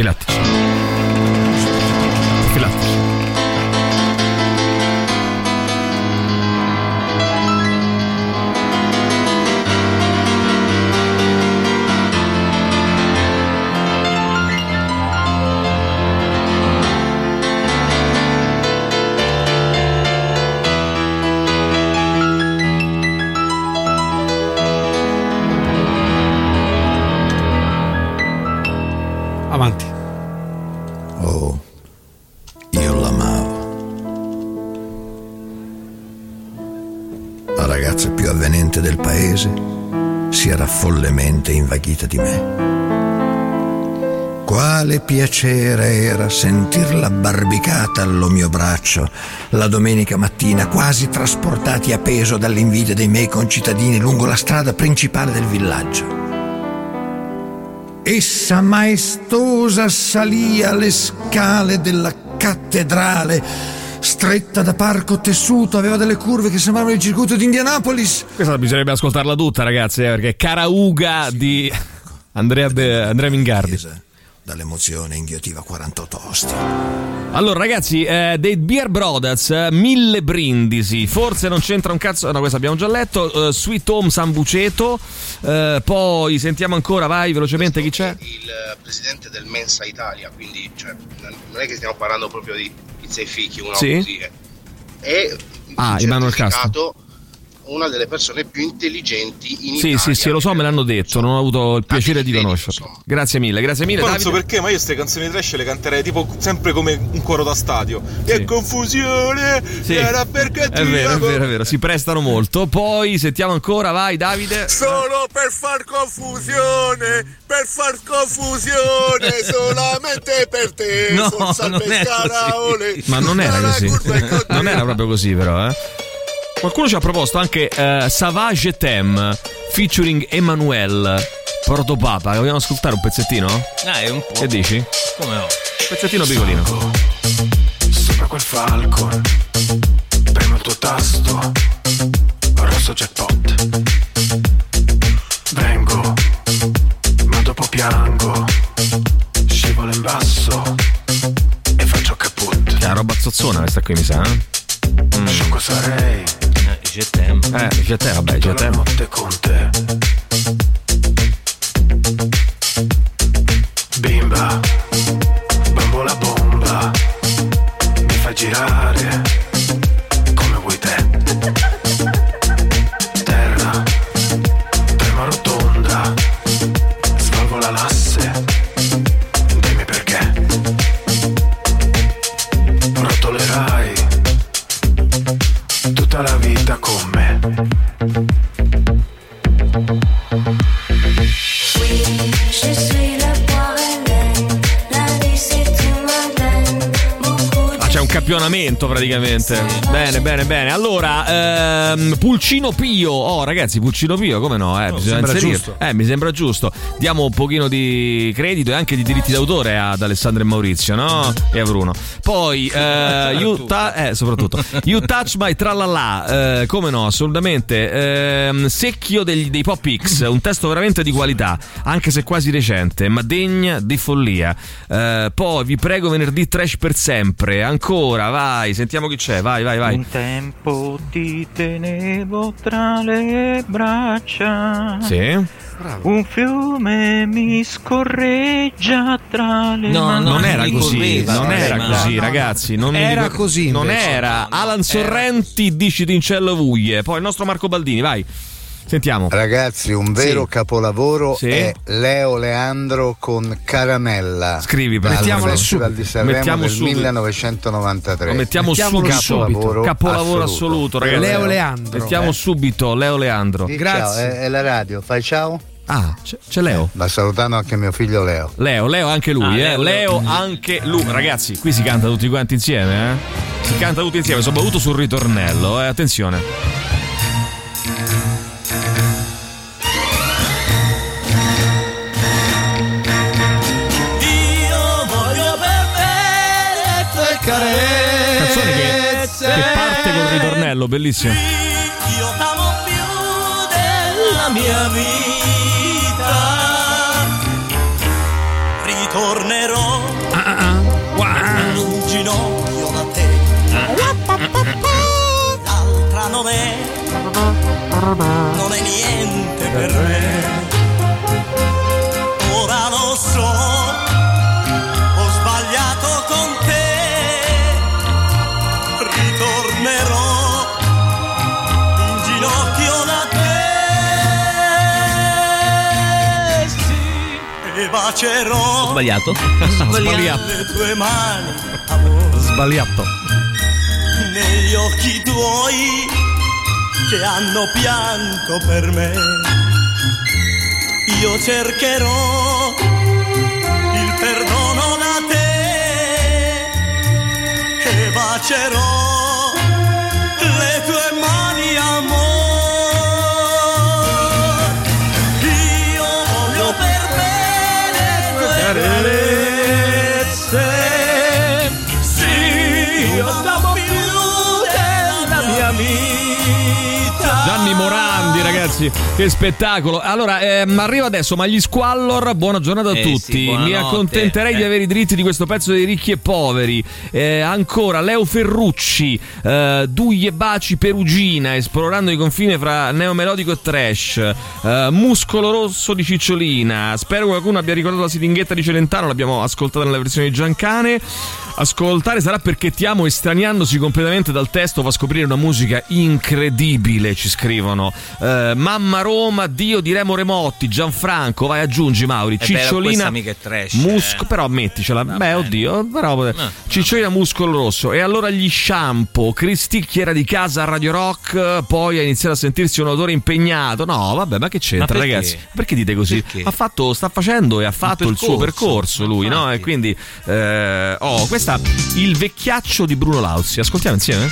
Avanti. Oh, io l'amavo. La ragazza più avvenente del paese si era follemente invaghita di me. Quale piacere era sentirla barbicata allo mio braccio la domenica mattina, quasi trasportati a peso dall'invidia dei miei concittadini lungo la strada principale del villaggio. Essa maestosa salia le scale della cattedrale, stretta da parco tessuto, aveva delle curve che sembravano il circuito di Indianapolis. Questa bisognerebbe ascoltarla tutta, ragazzi, perché Carauga di Andrea Mingardi. Dall'emozione inghiotiva 48 osti. Allora ragazzi, dei Beer Brothers, 1000 brindisi, forse non c'entra un cazzo, no, questo abbiamo già letto. Sweet Home Sambuceto, poi sentiamo ancora, vai velocemente, chi c'è? Il presidente del Mensa Italia, quindi non è che stiamo parlando proprio di pizza e fichi, così è Emanuele Castro, una delle persone più intelligenti in Italia. Sì, lo so, me l'hanno detto, non ho avuto il piacere di conoscerlo. Grazie mille. Non so perché, ma io queste canzoni trash le canterei tipo sempre come un coro da stadio. Che confusione! Era perché è vero, si prestano molto. Poi sentiamo ancora, vai Davide. Solo per far confusione, solamente per te. No, non è così. Ma non era così. Non era proprio così, però, Qualcuno ci ha proposto anche Savage Tem featuring Emanuele Protopapa. Vogliamo ascoltare un pezzettino? È un po'. Che dici? Come no? Pezzettino piccolino. Sopra quel falcon premo il tuo tasto rosso jackpot. Vengo, ma dopo piango. Scivolo in basso e faccio caput. È una roba zozzona questa qui, mi sa, Sciocco sarei. Jetem, vabbè, Jetem. Notte con te. Bimba, bambola bomba, mi fa girare come vuoi te. Terra, trema rotonda, svalvo la lasse, dimmi perché. Rotolerai tutta la vita con me. C'è un campionamento praticamente. Bene. Allora, Pulcino Pio. Ragazzi, Pulcino Pio, come no? Mi sembra giusto. Diamo un pochino di credito e anche di diritti d'autore ad Alessandro e Maurizio, no? E a Bruno. Poi soprattutto You Touch My Tralala, come no, assolutamente. Secchio dei Pop X, un testo veramente di qualità, anche se quasi recente, ma degna di follia. Poi Vi prego venerdì trash per sempre. Ancora ancora, vai, sentiamo chi c'è, vai. Un tempo ti tenevo tra le braccia. Sì. Bravo. Un fiume mi scorreggia tra le mani. Non era così, ragazzi. Non era così. Non era. Alan Sorrenti, dici Tincello Vuglie. Poi il nostro Marco Baldini, vai. Sentiamo. Ragazzi, un vero capolavoro è Leo Leandro con Caramella. Scrivi, mettiamolo subito. Di Sanremo del 1993. Lo mettiamo subito. Capolavoro assoluto, ragazzi. Leo Leandro. Mettiamo subito Leo Leandro. Grazie. Ciao, è la radio. Fai ciao? Ah, c'è Leo. Va salutando anche mio figlio Leo. Leo anche lui, Leo anche lui. Ragazzi, qui si canta tutti quanti insieme, Si canta tutti insieme, soprattutto sul ritornello, attenzione. Canzone che parte col ritornello, bellissimo. Io t'amo più della mia vita. Ritornerò in un ginocchio da te. L'altra non è niente per me. Ora lo so. In ginocchio da te, sì, e bacerò. Ho sbagliato. Le tue mani, amore. Sbagliato. Negli occhi tuoi che hanno pianto per me. Io cercherò il perdono da te e bacerò le tue mani, amore. Io voglio per bene tue carezze. Sì, io t'amo più della mia vita. Gianni Morandi, ragazzi, che spettacolo. Allora, arriva adesso Magli Squallor, buona giornata a tutti. Mi accontenterei di avere i diritti di questo pezzo dei ricchi e poveri. Ancora Leo Ferrucci, Dugli e baci Perugina, esplorando i confini fra neomelodico e trash. Muscolo rosso di Cicciolina. Spero qualcuno abbia ricordato la siringhetta di Celentano, l'abbiamo ascoltata nella versione di Giancane. Ascoltare sarà perché ti amo, estraniandosi completamente dal testo fa scoprire una musica incredibile, ci scrivono. Mamma Roma, Dio di Remo Remotti, Gianfranco, vai aggiungi Mauri, Cicciolina mica è trash, però metticela. Beh, oddio, però Cicciolina, Muscolo rosso. E allora gli Shampoo, Cristicchi era di casa a Radio Rock, poi ha iniziato a sentirsi un odore impegnato. No, vabbè, ma che c'entra, ragazzi? Perché dite così? Perché? Sta facendo e ha fatto il suo percorso lui, no? E quindi questa Il vecchiaccio di Bruno Lauzi. Ascoltiamo insieme.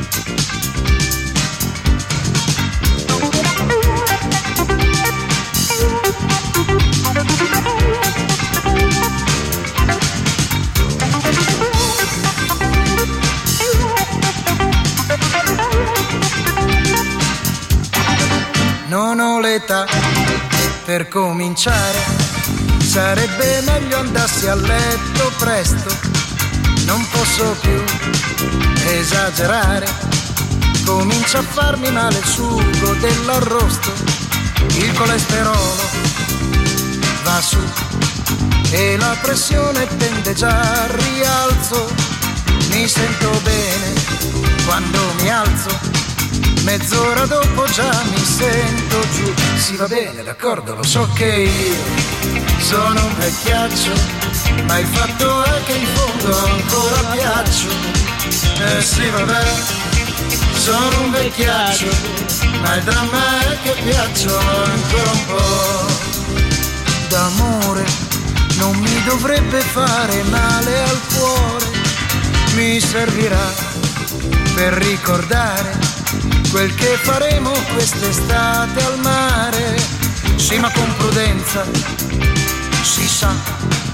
Non ho l'età per cominciare, sarebbe meglio andassi a letto presto. Non posso più esagerare, comincia a farmi male il sugo dell'arrosto. Il colesterolo va su e la pressione tende già al rialzo. Mi sento bene quando mi alzo, mezz'ora dopo già mi sento giù. Sì, va bene, d'accordo, lo so che io sono un vecchiaccio, ma il fatto è che in fondo ancora piaccio. Sì, vabbè, sono un vecchiaccio, ma il dramma è che piaccio ancora un po'. D'amore non mi dovrebbe fare male al cuore, mi servirà per ricordare quel che faremo quest'estate al mare. Sì, ma con prudenza, si sa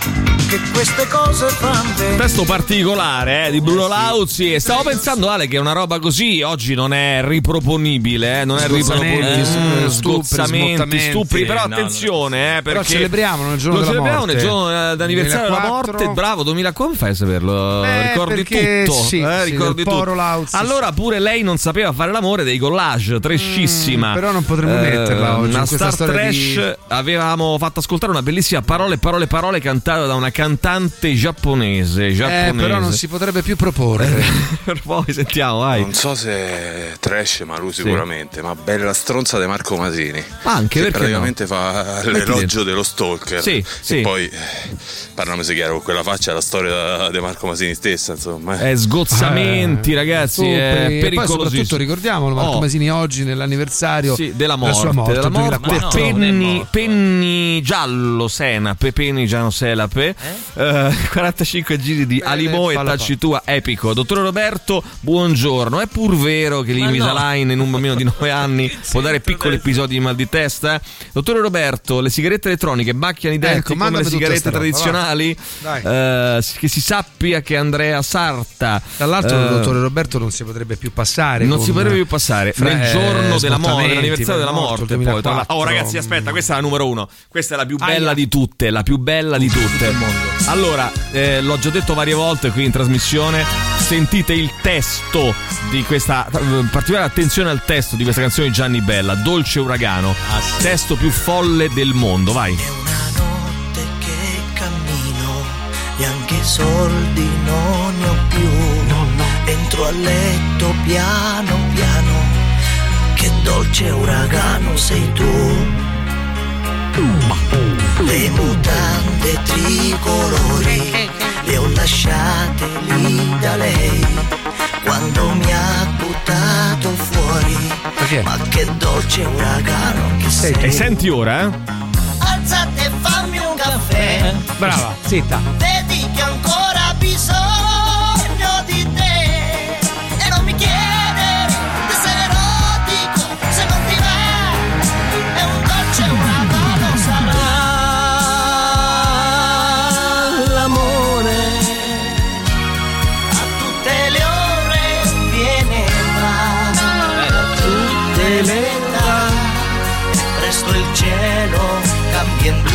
che queste cose fanno bene. Testo particolare di Bruno Lauzi, e stavo pensando, Ale, che una roba così oggi non è riproponibile, non è riproponibile, stupri, però attenzione, perché però celebriamo nel giorno della morte, nel giorno d'anniversario 2004. Della morte, bravo, 2000, come fai a saperlo? Ricordi tutto, ricordi tutto. Lauzi, allora pure lei non sapeva fare l'amore dei collage, trashissima, però non potremmo metterla oggi. Una star trash, avevamo fatto ascoltare una bellissima parole cantata da una cantante giapponese. Però non si potrebbe più proporre. Poi sentiamo, vai. Non so se è trash, ma lui sicuramente, ma bella stronza di Marco Masini, anche che praticamente fa l'elogio dello stalker, e poi parliamoci chiaro, con quella faccia la storia di Marco Masini stessa, insomma. Sgozzamenti, ragazzi, è pericolosissimo. E poi soprattutto ricordiamolo, Marco Masini oggi nell'anniversario della morte, Penni Giallo Senape, Penni Giano Selape, 45 giri di Alimò e Tacitua, epico. Dottore Roberto, buongiorno. È pur vero che l'Invisalign in un bambino di 9 anni può dare piccoli episodi di mal di testa? Dottore Roberto, le sigarette elettroniche macchiano i denti come le sigarette tradizionali? Che si sappia che Andrea Sarta, tra l'altro, il dottore Roberto non si potrebbe più passare nel giorno della morte, nell'anniversario della morte, poi ragazzi, aspetta, questa è la numero 1, questa è la più bella di tutte, allora, l'ho già detto varie volte qui in trasmissione, sentite il testo di questa, particolare attenzione al testo di questa canzone di Gianni Bella, Dolce Uragano, testo più folle del mondo, vai. È una notte che cammino e anche soldi non ne ho più, entro a letto piano piano, che dolce uragano sei tu. Le mutande tricolori le ho lasciate lì da lei quando mi ha buttato fuori. Ma che dolce uragano che sei. E senti ora, alzate e fammi un caffè. Brava, zitta. Vedi che ho ancora bisogno di te e non mi chiedere se erotico, se non ti va, è un dolce uragano sarà. L'amore a tutte le ore viene e va, a tutte le età, presto il cielo cambia in blu.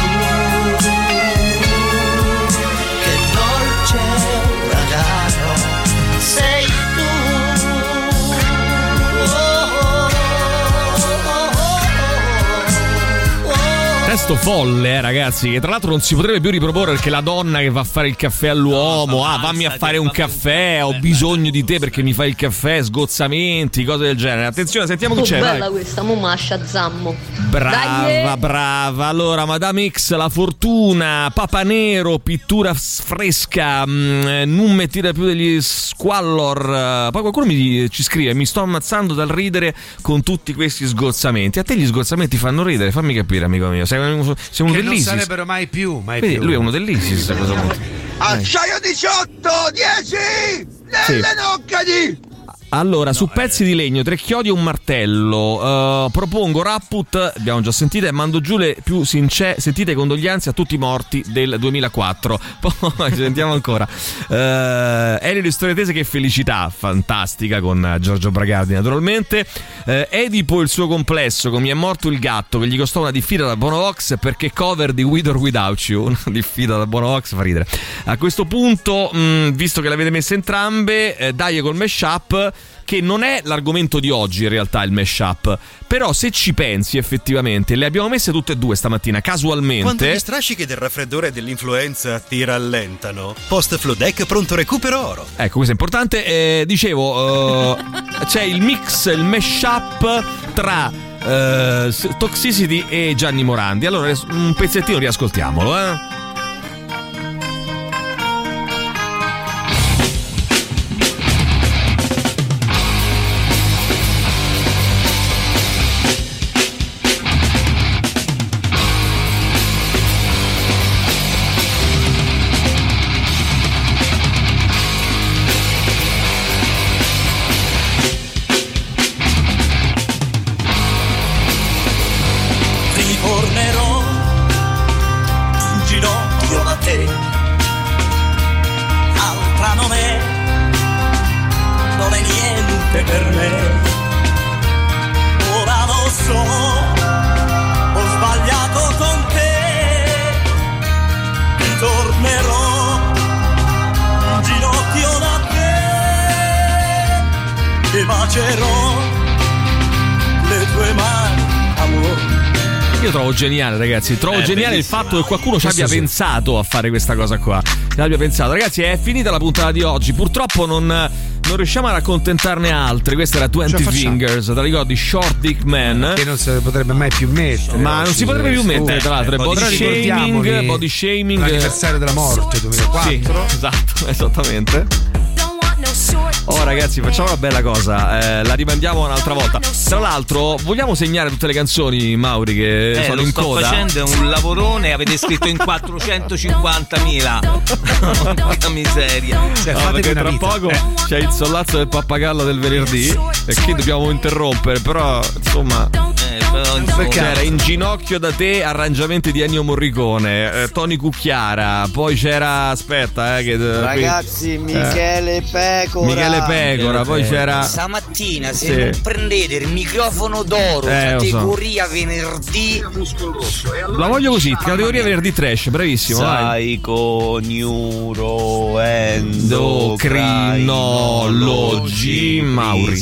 Che dolce uragano sei tu. Testo folle, ragazzi, che tra l'altro non si potrebbe più riproporre, perché la donna che va a fare il caffè all'uomo, vammi a fare un caffè, ho bisogno di te perché mi fai il caffè, sgozzamenti, cose del genere. Attenzione, sentiamo chi c'è. Bella questa, mo mascia zammo. Brava. Allora, Madame X, La Fortuna, Papa Nero, pittura fresca, non mettire più degli squallor. Poi qualcuno ci scrive: mi sto ammazzando dal ridere con tutti questi sgozzamenti. A te gli sgozzamenti fanno ridere? Fammi capire, amico mio. Sei uno che dell'ISIS. Non sarebbero mai più. Lui è uno dell'ISIS. Acciaio 18, 10 nelle noccadi. Allora, su pezzi di legno, 3 chiodi e un martello, propongo Rapput, abbiamo già sentito, e mando giù le più sentite condoglianze a tutti i morti del 2004. Poi sentiamo ancora. Elio di Storie Tese, che felicità, fantastica, con Giorgio Bragardi naturalmente. Edipo il suo complesso, con Mi è morto il gatto, che gli costò una diffida da Bonovox, perché cover di With or Without You, una diffida da Bonovox fa ridere. A questo punto, visto che l'avete messa entrambe, dai col mashup, che non è l'argomento di oggi in realtà, il mashup, però se ci pensi effettivamente le abbiamo messe tutte e due stamattina casualmente. Quando gli strascichi del raffreddore e dell'influenza ti rallentano, Post Flodeck pronto recupero oro. Ecco, questo è importante. Dicevo, c'è il mix, il mashup tra Toxicity e Gianni Morandi. Allora un pezzettino riascoltiamolo, Ritornerò in bacerò le tue mani, amore. Io trovo geniale, ragazzi. Trovo geniale il fatto che qualcuno ci abbia pensato a fare questa cosa qua. Ci abbia pensato. Ragazzi, è finita la puntata di oggi. Purtroppo non riusciamo ad accontentarne altri. Questa era 20 Fingers. Te ricordi? Short Dick Man. Che non si potrebbe mai più mettere. Ma non si potrebbe più mettere, tra l'altro. Body shaming. L'anniversario della morte 2004. Sì, esatto, esattamente. Oh ragazzi, facciamo una bella cosa, la rimandiamo un'altra volta. Tra l'altro vogliamo segnare tutte le canzoni, Mauri, che sono in coda. Sto facendo un lavorone, avete scritto in 450.000. Porca miseria. Perché tra poco c'è il sollazzo del pappagallo del venerdì e che dobbiamo interrompere, però insomma perché era In ginocchio da te, arrangiamenti di Ennio Morricone, Tony Cucchiara, poi c'era ragazzi, Michele Pecora, poi c'era stamattina se non prendete il microfono d'oro categoria venerdì la voglio così, categoria venerdì trash, bravissimo, Psycho, Neuro, Endocrinologi, Mauri.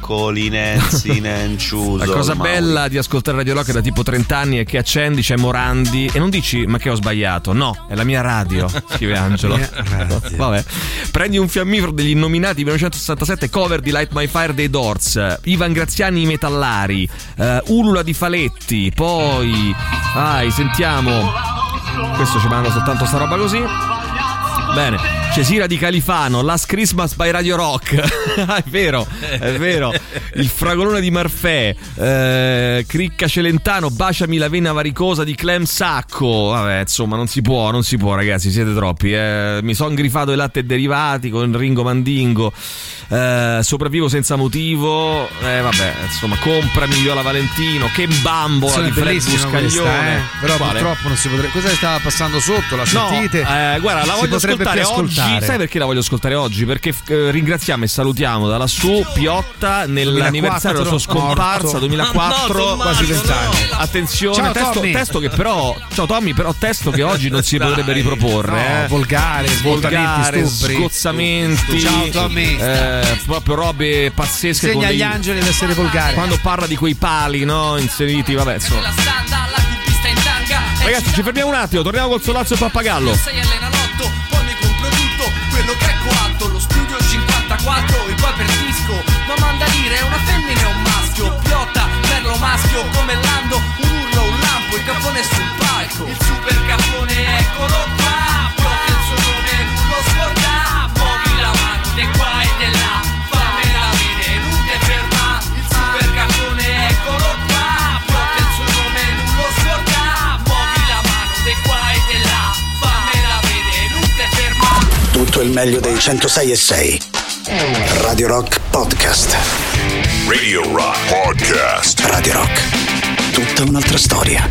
La cosa bella di ascoltare Radio Rock da tipo 30 anni è che accendi, c'è Morandi e non dici ma che ho sbagliato, no, è la mia radio, scrive Angelo. Vabbè, prendi un fiammifero degli Innominati 1967, cover di Light My Fire dei Doors, Ivan Graziani i Metallari, Ulula di Faletti, poi sentiamo, questo ci manda soltanto sta roba così. Bene, Cesira di Califano, Last Christmas by Radio Rock. È vero. Il fragolone di Marfè, Cricca Celentano, Baciami la vena varicosa di Clem Sacco. Vabbè, insomma, non si può, ragazzi, siete troppi. Mi son grifato i latte e derivati con Ringo Mandingo. Sopravvivo senza motivo. Vabbè, insomma, comprami Viola Valentino. Che bambola di Fred Buscaglione. Però purtroppo non si potrebbe. Cosa stava passando sotto? La sentite? No, guarda, la voglio ascoltare oggi. Sai perché la voglio ascoltare oggi? Perché ringraziamo e salutiamo da lassù Piotta nell'anniversario della sua scomparsa 2004, quasi 20 anni. Attenzione, testo che però, ciao Tommy, però testo che oggi non si potrebbe riproporre. Volgare, sgozzamenti. Ciao Tommy. Proprio robe pazzesche. Segna agli angeli ad essere volgare. Quando parla di quei pali, no? Inseriti, vabbè, insomma. Ragazzi, ci fermiamo un attimo, torniamo col Solazzo e Pappagallo. Poi mi compro tutto quello che è coatto, lo studio 54, il poi per disco. Ma manda dire, è una femmina e un maschio. Piotta, merlo maschio, come Lando, un urlo, un lampo, il cappone sul palco. Il super cappone, eccolo qua. Piotta il suo nome, non lo scorda. Muovi la mano, di qua e di là. Fammela vedere, non te ferma. Il super cappone, eccolo qua. Piotta il suo nome, non lo scorda. Muovi la mano, di qua e di là. Fammela vedere, non te ferma. Tutto il meglio dei 106.6. Radio Rock Podcast. Radio Rock Podcast. Radio Rock. Tutta un'altra storia.